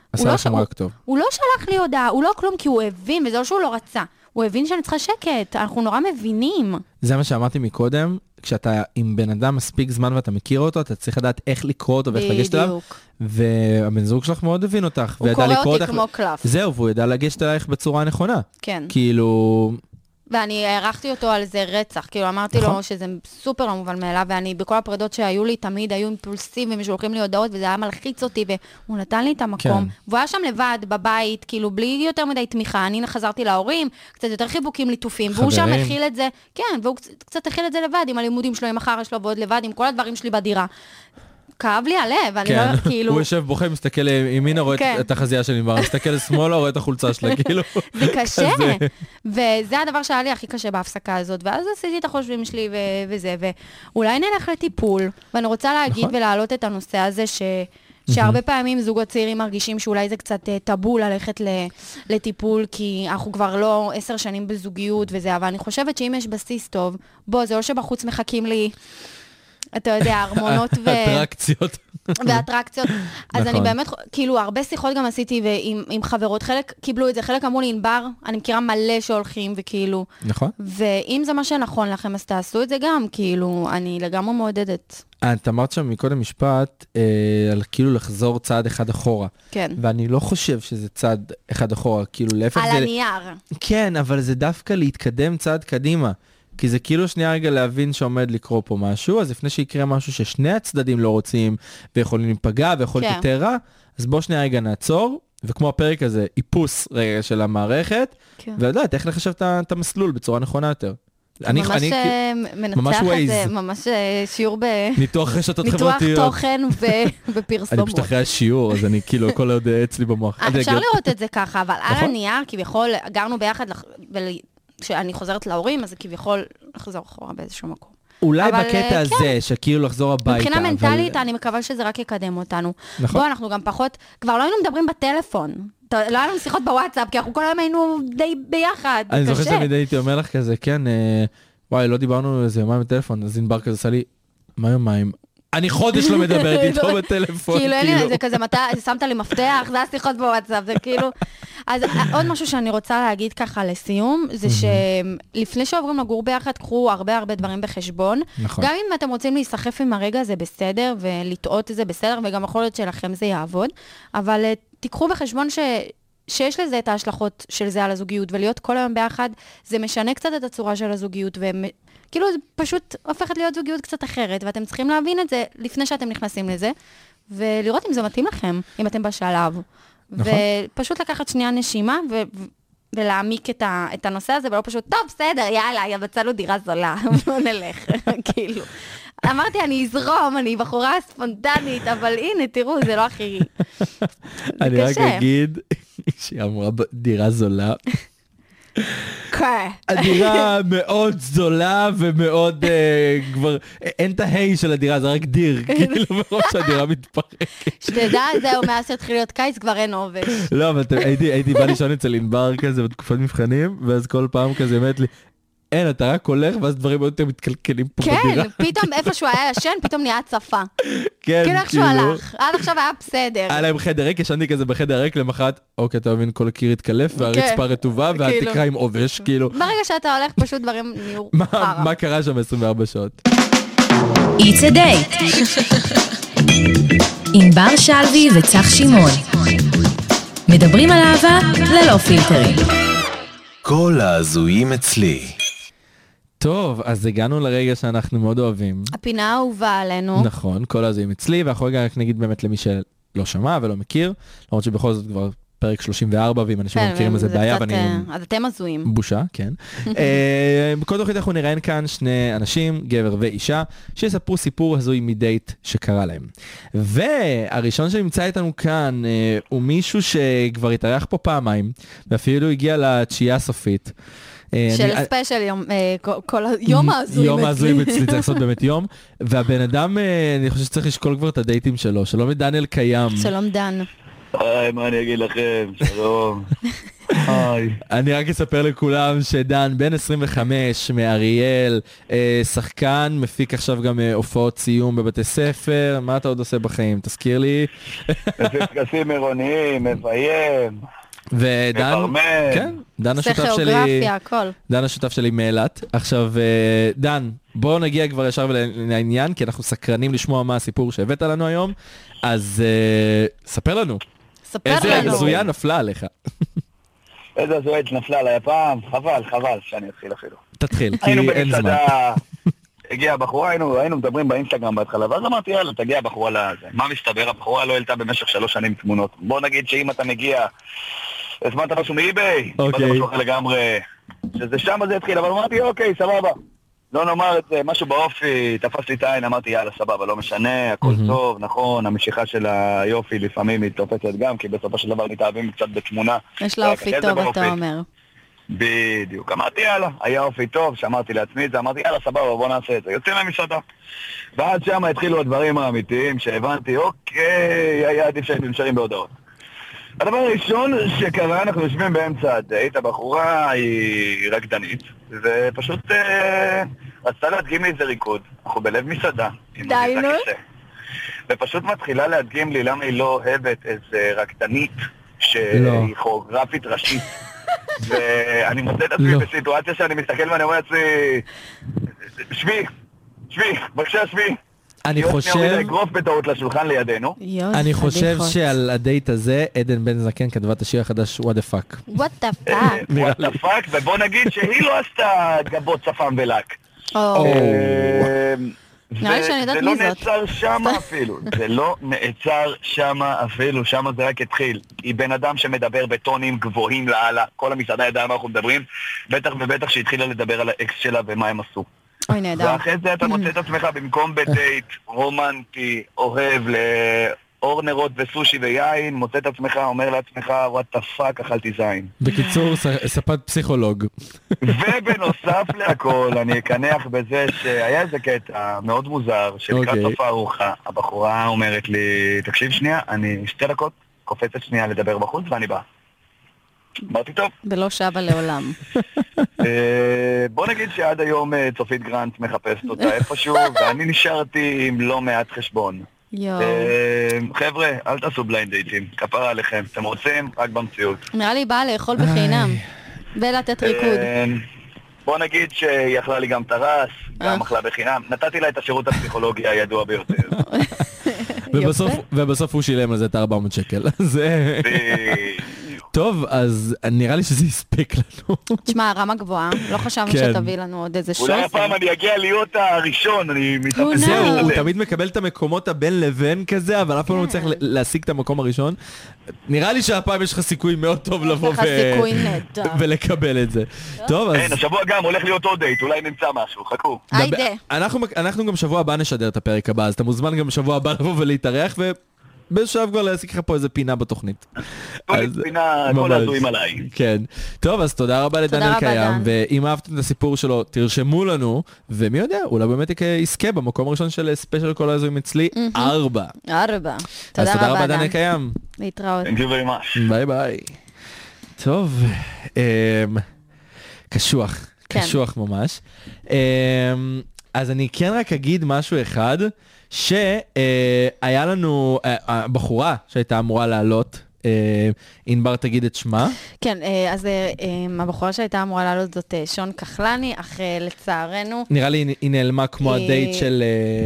הוא לא שלח לי הודעה, הוא לא כלום, כי הוא הבין, וזה לא שהוא לא רצה. הוא הבין שאני צריכה שקט, אנחנו נורא מבינים. זה מה שאמרתי מקודם, כשאתה עם בן אדם מספיק זמן ואתה מכיר אותו, אתה צריך לדעת איך לקרוא אותו ואיך לגשת אליו, והבן זוג שלך מאוד הבין אותך. הוא קורא אותי כמו קלף. זהו, והוא ידע לגשת אלייך בצורה הנכונה. כן. כאילו... ואני הערכתי אותו על זה רצח, כאילו אמרתי לו שזה סופר לא מובן מאליו, ואני בכל הפרדות שהיו לי תמיד היו אימפולסיביים ושולחים לי הודעות, וזה היה מלחיץ אותי, והוא נתן לי את המקום, והוא היה שם לבד בבית, כאילו בלי יותר מדי תמיכה, אני חזרתי להורים, קצת יותר חיבוקים ליטופים, והוא שם הכיל את זה, כן, והוא קצת הכיל את זה לבד, עם הלימודים שלו, עם החרא שלו, ועוד לבד, עם כל הדברים שלי בדירה. כאב לי הלב, אני לא, כאילו... הוא יושב בוכה, מסתכל ימינה, רואה את החזייה של ענבר, מסתכל שמאלה, רואה את החולצה שלה, כאילו... זה קשה, וזה הדבר שהיה לי הכי קשה בהפסקה הזאת, ואז עשיתי את החושבים שלי וזה, ואולי נלך לטיפול, ואני רוצה להגיד ולהעלות את הנושא הזה, שהרבה פעמים זוגות צעירים מרגישים שאולי זה קצת טאבו ללכת לטיפול, כי אנחנו כבר לא 10 שנים בזוגיות וזה, אבל אני חושבת שאם יש בסיס טוב, בוא, זה לא שבחוץ מחכים לי... אתה יודע, הרמונות אטרקציות. ואטרקציות. אז אני נכון. באמת, כאילו, הרבה שיחות גם עשיתי עם חברות, חלק קיבלו את זה, חלק אמרו לי, ענבר, אני מכירה מלא שהולכים, וכאילו, נכון. ואם זה מה שנכון לכם, אז תעשו את זה גם, כאילו, אני לגמרי מעודדת. את אמרת שם מקודם משפט, על כאילו לחזור צעד אחד אחורה. כן. ואני לא חושב שזה צעד אחד אחורה, כאילו להפך על זה... הנייר. כן, אבל זה דווקא להתקדם צעד קדימה. כי זה כאילו שנייה רגע להבין שעומד לקרוא פה משהו, אז לפני שיקרה משהו ששני הצדדים לא רוצים, ויכולים להיפגע, ויכול להיות יותר רע, אז בוא שנייה רגע נעצור, וכמו הפרק הזה, איפוס רגע של המערכת, כן. ולדעת איך לחשב את המסלול בצורה נכונה יותר. ממש מנצח את זה, ממש שיעור ניתוח רשתות ניתוח חברתיות. תוכן אני בפרסומות. פשוט אחרי השיעור, אז אני כאילו הכל עוד אצלי במוח. אפשר לראות את זה ככה, אבל על הנייר, כביכול, גרנו ביחד, כשאני חוזרת להורים, אז זה כביכול לחזור אחורה באיזשהו מקום. אולי בקטע הזה, שכאילו לחזור הביתה. מבחינה מנטלית, אני מקווה שזה רק יקדם אותנו. נכון. בואו, אנחנו גם פחות, כבר לא היינו מדברים בטלפון. לא היה לנו שיחות בוואטסאפ, כי אנחנו כל היום היינו די ביחד. אני זוכר שתמיד הייתי אומר לך כזה, כן, וואי, לא דיברנו איזה יומיים בטלפון, אז ענבר כזה עשה לי, מה יומיים? אני חודש לא מדברת איתו בטלפון. כאילו, זה כזה, שמת לי מפתח, זה השיחות בוואטסאפ, זה כאילו... אז עוד משהו שאני רוצה להגיד ככה לסיום, זה שלפני שעוברים לגור ביחד, קחו הרבה דברים בחשבון. נכון. גם אם אתם רוצים להיסחף עם הרגע, זה בסדר, ולטעות זה בסדר, וגם יכול להיות שלכם זה יעבוד, אבל תיקחו בחשבון שיש לזה את ההשלכות של זה על הזוגיות, ולהיות כל היום ביחד, זה משנה קצת את הצורה של הזוגיות, כאילו זה פשוט הופכת להיות זוגיות קצת אחרת, ואתם צריכים להבין את זה לפני שאתם נכנסים לזה, ולראות אם זה מתאים לכם, אם אתם בשלב. נכון. ופשוט לקחת שנייה נשימה, ולהעמיק את הנושא הזה, ולא פשוט, טוב, בסדר, יאללה, מצאנו דירה זולה, בוא נלך, כאילו. אמרתי, אני אזרום, אני בחורה ספונטנית, אבל הנה, תראו, זה לא הכי... אני רק אגיד שהיא אמרה דירה זולה. כן. הדירה מאוד זולה ומאוד כבר, אין את ההי של הדירה, זה רק דיר, כאילו מרוב שהדירה מתפרקת. שתדע, זהו, מאז שהתחיל להיות קיץ, כבר אין עובש. לא, אבל הייתי בא לישון אצל ענבר כזה בתקופת מבחנים, ואז כל פעם כזה באמת לי, אין, אתה רק הולך, ואז דברים עוד יותר מתקלקלים פה בדירה. כן, פתאום איפה שהוא היה ישן, פתאום נהיה צפה. כן, כאילו איך שהוא הלך, עד עכשיו היה בסדר. היה להם חדר ריק, ישנתי כזה בחדר ריק למחרת, אוקיי, אתה מבין, כל הקיר התקלף, והרצפה רטובה, והתקרה עם עובש, כאילו. ברגע שאתה הולך, פשוט דברים נהיו חרא. מה קרה שם 24 שעות? It's a date. ענבר שלוי וצח שמעון. מדברים על אהבה ללא פילטרים. כל ההזויים אצלי. טוב, אז הגענו לרגע שאנחנו מאוד אוהבים. הפינה האהובה עלינו. נכון, כל ההזויים אצלי, ואנחנו רגע רק נגיד באמת למי שלא שמע ולא מכיר, למרות שבכל זאת כבר פרק 34, ואם אנשים לא מכירים איזה בעיה, ואני... אז אתם הזויים. בושה, כן. בכל תוכנית אנחנו נראיין כאן שני אנשים, גבר ואישה, שיספרו סיפור הזוי מדייט שקרה להם. והראשון שנמצא איתנו כאן הוא מישהו שכבר התארח פה פעמיים, ואפילו הגיע לתשיעייה הסופית. של ספיישל כל יום ההזויים יום ההזויים אצלי, צריך לעשות באמת יום. והבן אדם, אני חושב שצריך לשקול כבר את הדייטים שלו. שלום דניאל קיים. שלום דן. היי, מה אני אגיד לכם? שלום. היי. אני רק אספר לכולם שדן בן 25 מאריאל, שחקן, מפיק עכשיו גם הופעות סיום בבתי ספר. מה אתה עוד עושה בחיים? תזכיר לי. מפיק טקסים עירוניים, מביים. ודן, מפרמן. כן, דן השותף שלי, כיאוגרפיה, הכל. דן השותף שלי מאילת. עכשיו, דן, בואו נגיע כבר ישר לעניין, כי אנחנו סקרנים לשמוע מה הסיפור שהבאת לנו היום, אז ספר לנו. ספר לנו. איזה הזויה נפלה עליך. איזה הזויה נפלה עליי הפעם? חבל שאני אתחיל אפילו. תתחיל, כי היינו אין זמן. במסעדה, הגיעה הבחורה, היינו מדברים באינסטגרם בהתחלה, ואז אמרתי, יאללה, תגיע הבחורה לזה. מה מסתבר? הבחורה לא העלתה במשך 3 שנים תמונות. בוא נגיד שאם אתה מגיע, הזמנת משהו מאיביי, אוקיי. משהו אחר לגמרי, שזה שם זה התחיל, אבל אמרתי, אוקיי, סבבה. לא נאמר את זה, משהו באופי, תפס לי את העין, אמרתי, יאללה, סבבה, לא משנה, הכל טוב, נכון, המשיכה של היופי לפעמים היא תופסת גם, כי בסופו של דבר מתאהבים קצת בתמונה. יש לה אופי טוב, אתה אומר. בדיוק, אמרתי, יאללה, היה אופי טוב, שאמרתי לעצמי את זה, אמרתי, יאללה, סבבה, בוא נעשה את זה. יוצאים למסעדה. ועד שם התחילו הדברים האמיתיים, שהבנתי, אוקיי, היה עדיף שהיינו נשארים בהודעות. הדבר הראשון שקרה, אנחנו יושבים באמצע הדייט, הבחורה היא רקדנית, ופשוט רצתה להדגים לי איזה ריקוד, אנחנו בלב מסעדה. די, נו. ופשוט מתחילה להדגים לי למה היא לא אוהבת איזה רקדנית שהיא כוריאוגרפית ראשית. ואני מוצא את עצמי בסיטואציה שאני מסתכל ואני אומר לעצמי, שבי, בבקשה שבי. אני חושב שעל הדייט הזה עדן בן זקן כתבה את השיר החדש What the fuck. What the fuck. ובוא נגיד שהיא לא עשתה גבות צפם ולק. נראה לי שאני יודעת מי זאת. זה לא נעצר שמה אפילו, שמה זה רק התחיל. היא בן אדם שמדבר בטונים גבוהים לעלה, כל המסעדה ידעה מה אנחנו מדברים, בטח ובטח שהתחילה לדבר על האקס שלה ומה הם עשו. אוי, נהדר. ואחרי זה אתה מוצא את עצמך במקום בדייט רומנטי, אוהב לאור נרות וסושי ויין, מוצא את עצמך, אומר לעצמך, what the fuck, אכלתי זין. בקיצור, ספת פסיכולוג. ובנוסף להכל, אני אקנח בזה שהיה איזה קטע מאוד מוזר, שלקראת סוף הארוחה, הבחורה אומרת לי, תקשיב שנייה, אני 2 דקות, קופצת שנייה לדבר בחוץ ואני בא. אמרתי טוב. ולא שבה לעולם. בוא נגיד שעד היום צופית גרנט מחפשת אותה איפשהו, ואני נשארתי עם לא מעט חשבון. חבר'ה, אל תעשו בליינד דייטים, כפרה עליכם. אתם רוצים? רק במציאות. נראה לי באה לאכול בחינם, ולתת ריקוד. בוא נגיד שהיא אכלה לי גם טרס, גם אכלה בחינם. נתתי לה את השירות הפסיכולוגי הידוע ביותר. ובסוף הוא שילם לזה את 400 שקל. טוב, אז נראה לי שזה יספק לנו. תשמע, רמה גבוהה, לא חשבנו שתביא לנו עוד איזה שוס. אולי הפעם אני אגיע להיות הראשון, אני מתאפס. זהו, הוא תמיד מקבל את המקומות הבין לבין כזה, אבל אף פעם לא צריך להשיג את המקום הראשון. נראה לי שהפעם יש לך סיכוי מאוד טוב לבוא ולקבל את זה. טוב, אז... אין, השבוע גם הולך להיות עוד דייט, אולי נמצא משהו, חכו. היידה. אנחנו גם שבוע הבא נשדר את הפרק הבא, אז אתה מוזמן גם שבוע הבא לבוא ולהתארח בשלב כבר להשיג לך פה איזה פינה בתוכנית. פינה, כל הזויים עליי. כן. טוב, אז תודה רבה לדניאל קיים, ואם אהבתם את הסיפור שלו, תרשמו לנו, ומי יודע, אולי באמת יזכה במקום הראשון של ספיישל כל הזויים אצלי, 4. תודה רבה דניאל קיים. להתראות. Thank you very much. ביי ביי. טוב, קשוח ממש. אז אני כן רק אגיד משהו אחד, שהיה לנו בחורה שהייתה אמורה לעלות, אינבר תגיד את שמה. כן, אז הבחורה שהייתה אמורה לעלות זאת שון כחלני, אך לצערנו... נראה לי היא נעלמה כמו הדייט של...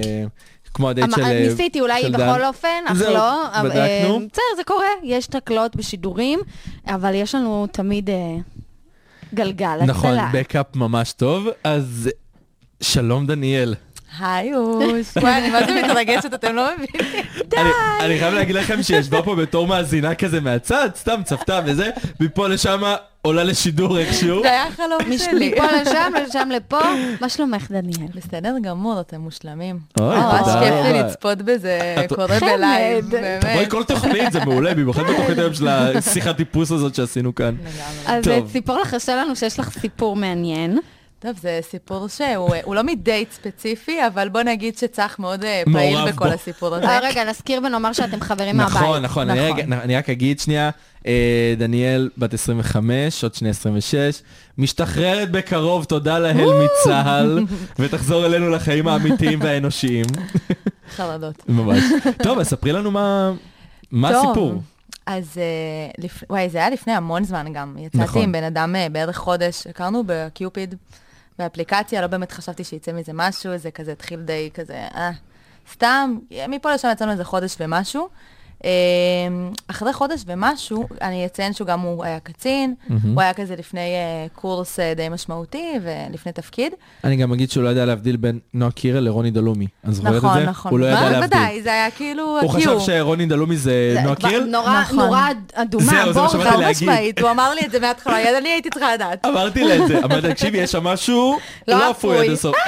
ניסיתי אולי בכל אופן, אך לא. בדקנו. בסדר, זה קורה, יש תקלות בשידורים, אבל יש לנו תמיד גלגל. נכון, בקאפ ממש טוב. אז שלום דניאל. היי אוש, אני מה זה מתרגשת, אתם לא מבינים. די. אני חייב להגיד לכם שישבה פה בתור מאזינה כזה מהצד, סתם צפתה וזה, מפה לשם עולה לשידור איכשהו. זה היה חלום שלי. מפה לשם לפה, מה שלומך דניאל? בסדר גמור, אתם מושלמים. ממש כיף לי לצפות בזה, קורה בלייב, באמת. תבואי כל תוכנית, זה מעולה, במיוחד בתוכנית היום של השיחת טיפוס הזאת שעשינו כאן. אז ציפור לחשה לנו שיש לך סיפור מעניין. טוב, זה סיפור שהוא לא מדייט ספציפי, אבל בוא נגיד שצריך מאוד פעיל בכל הסיפור הזה. רגע, נזכיר ונאמר שאתם חברים מהבית. נכון. אני רק אגיד שנייה, דניאל בת 25, עוד שני 26, משתחררת בקרוב, תודה להל מצהל, ותחזור אלינו לחיים האמיתיים והאנושיים. חרדות. ממש. טוב, אז ספרי לנו מה הסיפור. אז וואי, זה היה לפני המון זמן גם. יצאתי עם בן אדם בערך חודש, הכרנו בקיופיד, באפליקציה, לא באמת חשבתי שיצא מזה משהו, זה כזה התחיל די כזה, סתם, מפה לשם יצאנו איזה חודש ומשהו. אחרי חודש ומשהו, אני אציין שהוא גם הוא היה קצין, הוא היה כזה לפני קורס די משמעותי ולפני תפקיד. אני גם אגיד שהוא לא ידע להבדיל בין נועה קירל לרוני דלומי. אז זוכרת את זה? נכון. הוא לא ידע להבדיל. בוודאי, זה היה כאילו הוא חשב שרוני דלומי זה נועה קירל? נורא אדומה, זהו, זה מה שבאתי להגיד. משמעית, הוא אמר לי את זה מההתחלה, אני הייתי צריכה לדעת. אמרתי לה את זה, אמרתי, תקשיבי, יש שם משהו לא אפוי עד הסוף.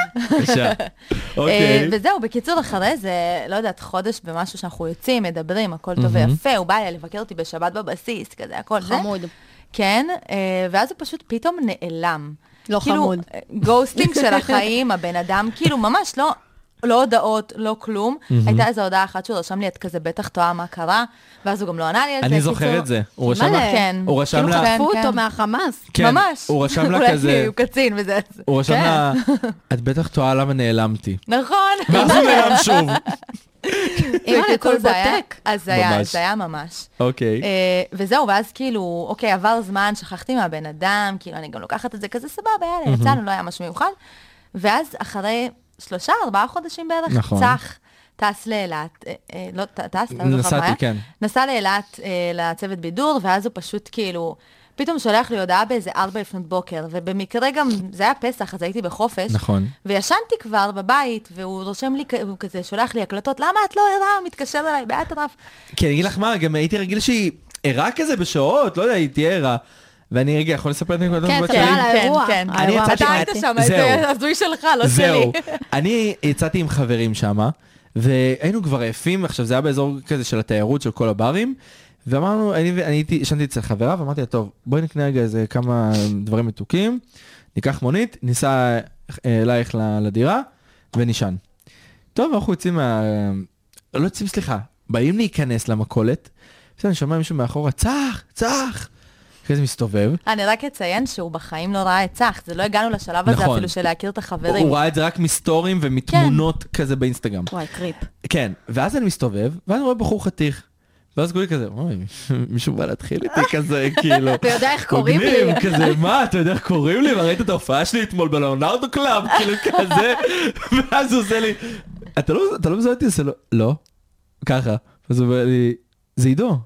וזהו, בקיצור, אחרי זה, לא יודעת, חודש במשהו שאנחנו יוצאים, מדברים, הכל טוב ויפה, הוא בא אליי לבקר אותי בשבת בבסיס, כזה, הכל זה. חמוד. כן, ואז הוא פשוט פתאום נעלם. לא חמוד. גוסטינג של החיים, הבן אדם, כאילו ממש לא, לא הודעות, לא כלום. הייתה איזו הודעה אחת שהוא רשם לי, את כזה בטח טועה מה קרה, ואז הוא גם לא ענה לי על זה. אני זוכר את זה. הוא רשם לה... כן. הוא רשם כאילו לה... חטפו כן. אותו מהחמאס. כן, ממש. הוא רשם לה אולי כזה... הוא קצין וזה. הוא רשם כן. לה... את בטח טועה למה נעלמתי. נכון. ואז הוא נעלם שוב. אימא לכל זה היה- בוטק. אז זה היה, ממש. זה היה ממש. אוקיי. וזהו, ואז כאילו, אוקיי, עבר זמן, שכחתי מהבן אדם, כאילו, אני גם לוקחת את זה כזה סבבה, יאללה, יצאנו, לא היה משהו מיוחד. ואז אחרי 3-4 חודשים בערך, נכון. צח טס לאילת, לא, טס, אתה לא זוכר מה נסעתי, היה? כן. נסע לאילת לצוות בידור, ואז הוא פשוט כאילו, פתאום שולח לי הודעה באיזה 4 לפנות בוקר, ובמקרה גם, זה היה פסח, אז הייתי בחופש. נכון. וישנתי כבר בבית, והוא רושם לי, הוא כזה שולח לי הקלטות, למה את לא ערה? הוא מתקשר אליי באטרף. כי אני אגיד לך מה, גם הייתי רגיל שהיא ערה כזה בשעות, לא יודע, היא תהיה ערה. ואני רגע יכול לספר את הנקודות כן, הזאת תספר שלי? על האירוע. כן, אני יצאתי- אתה היית שם, זהו. זה הזוי שלך, לא שלי. זהו. אני יצאתי עם חברים שמה, והיינו כבר עייפים, עכשיו זה היה באזור כזה של התיירות של כל הברים, ואמרנו, אני ישנתי אצל חברה, ואמרתי לה, טוב, בואי נקנה רגע איזה כמה דברים מתוקים, ניקח מונית, ניסע אלייך לדירה, ונישן. טוב, אנחנו יוצאים לא יוצאים, סליחה, באים להיכנס למכולת, בסדר, אני שומע מישהו מאחורה, צח! כזה מסתובב. אני רק אציין שהוא בחיים לא ראה את צח, זה לא הגענו לשלב הזה נכון. אפילו של להכיר את החברים. הוא ראה את זה רק מסטורים ומתמונות כזה באינסטגרם. וואי, קריפ. כן, ואז אני מסתובב, ואני רואה בחור חתיך. ואז כולי כזה, אוי, מישהו בא להתחיל איתי כזה, כאילו. אתה יודע איך קוראים לי? מגניב, כזה, מה, אתה יודע איך קוראים לי? וראית את ההופעה שלי אתמול בלאונרדו קלאב, כאילו כזה. ואז הוא עושה לי, אתה לא מזהה אותי? עושה לו, לא. ככה. אז הוא אומר לי, זה עידו.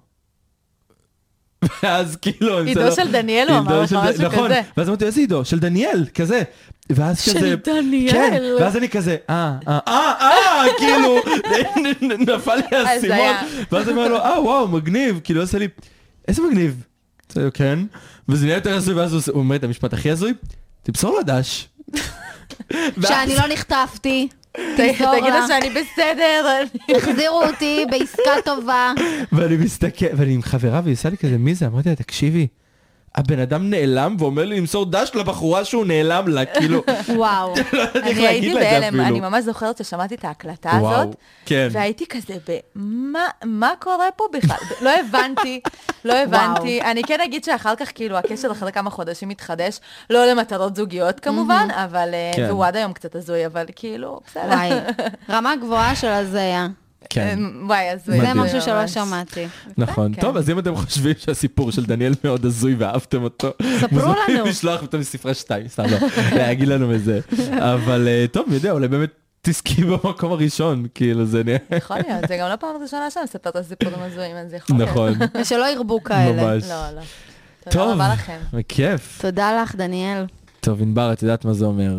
ואז כאילו... עידו של דניאל, הוא אמר לך משהו נכון, כזה. ואז אמרתי, איזה עידו? של דניאל, כזה. ואז כזה... של דניאל. כן, ואז אני כזה, כאילו, נפל לי האסימון. ואז אני אומר לו, וואו, מגניב. כאילו, עושה לי, איזה מגניב? כן. וזה נהיה יותר הזוי, ואז הוא אומר את המשפט הכי הזוי, תמסור לדש. שאני לא נחטפתי. תגיד לה שאני בסדר. החזירו אותי בעסקה טובה. ואני מסתכל, ואני עם חברה, והיא עושה לי כזה, מי זה? אמרתי לה, תקשיבי, הבן אדם נעלם ואומר לי למסור דש לבחורה שהוא נעלם לה, כאילו, וואו. לא יודעת איך אני להגיד הייתי לה את זה בהלם, אפילו. אני ממש זוכרת ששמעתי את ההקלטה וואו, הזאת, כן. והייתי כזה מה קורה פה בכלל? לא הבנתי. אני כן אגיד שאחר כך, כאילו, הקשר אחרי כמה חודשים מתחדש, לא למטרות זוגיות כמובן, אבל, כן. והוא עד היום קצת הזוי, אבל כאילו, בסדר. וואי, רמה גבוהה של הזיה. כן. וואי, הזוי. זה מדהים. משהו שלא ממש. שמעתי. נכון, כן. טוב, אז אם אתם חושבים שהסיפור של דניאל מאוד הזוי ואהבתם אותו, ספרו לנו. מוזמנים לשלוח אותו מספרה 2, סתם לא, להגיד לנו את זה. אבל טוב, אני יודע, אולי באמת תזכי במקום הראשון, כאילו זה נהיה... יכול להיות, זה גם לא פעם ראשונה שאני מספרת על סיפורים הזויים, אז זה יכול להיות. נכון, ושלא ירבו כאלה. ממש. לא. תודה טוב, רבה לכם. בכיף. תודה לך, דניאל. טוב, ענבר, את יודעת מה זה אומר.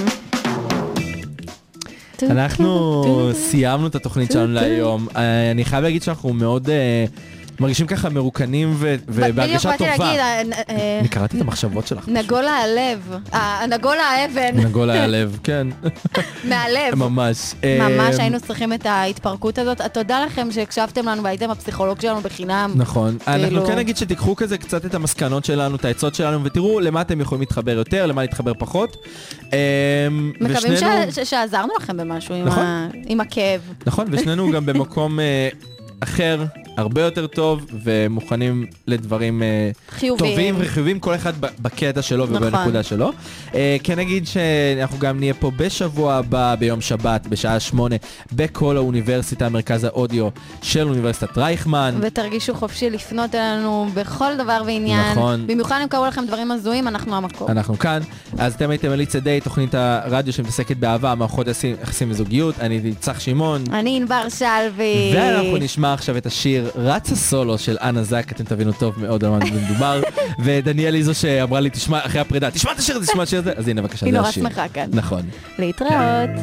אנחנו סיימנו את התוכנית שלנו להיום. אני חייב להגיד שאנחנו מאוד מרגישים ככה מרוקנים ובהרגשה בדיוק באתי טובה. להגיד, אני קראתי את המחשבות שלך. נגולה הלב, נגולה האבן, נגול הלב, כן. מהלב. ממש. ממש היינו צריכים את ההתפרקות הזאת. תודה לכם שהקשבתם לנו והייתם הפסיכולוג שלנו בחינם. נכון. אנחנו כאילו- כן נגיד שתיקחו כזה קצת את המסקנות שלנו, את העצות שלנו, ותראו למה אתם יכולים להתחבר יותר, למה להתחבר פחות. מקווים ושנינו- שעזרנו לכם במשהו נכון. עם הכאב. נכון, ושנינו גם במקום אחר, הרבה יותר טוב, ומוכנים לדברים חיוביים. טובים וחיוביים, כל אחד בקטע שלו נכון. ובנקודה שלו. כן נגיד שאנחנו גם נהיה פה בשבוע הבא, ביום שבת, בשעה 8, בכל האוניברסיטה, מרכז האודיו של אוניברסיטת רייכמן. ותרגישו חופשי לפנות אלינו בכל דבר ועניין. נכון. במיוחד אם קראו לכם דברים הזויים, אנחנו המקום. אנחנו כאן, אז אתם הייתם על צדי תוכנית הרדיו שמתעסקת באהבה, מערכות יחסים וזוגיות. אני הייתי צח שמעון. אני ענבר שלוי. ואנחנו נשמע עכשיו את השיר רץ הסולו של אנה זק, אתם תבינו טוב מאוד על מה מדובר. ודניאל היא זו שאמרה לי, תשמע אחרי הפרידה, תשמע את השיר הזה, אז הנה בבקשה, היא זה נורא השיר. שמחה כאן. נכון. להתראות.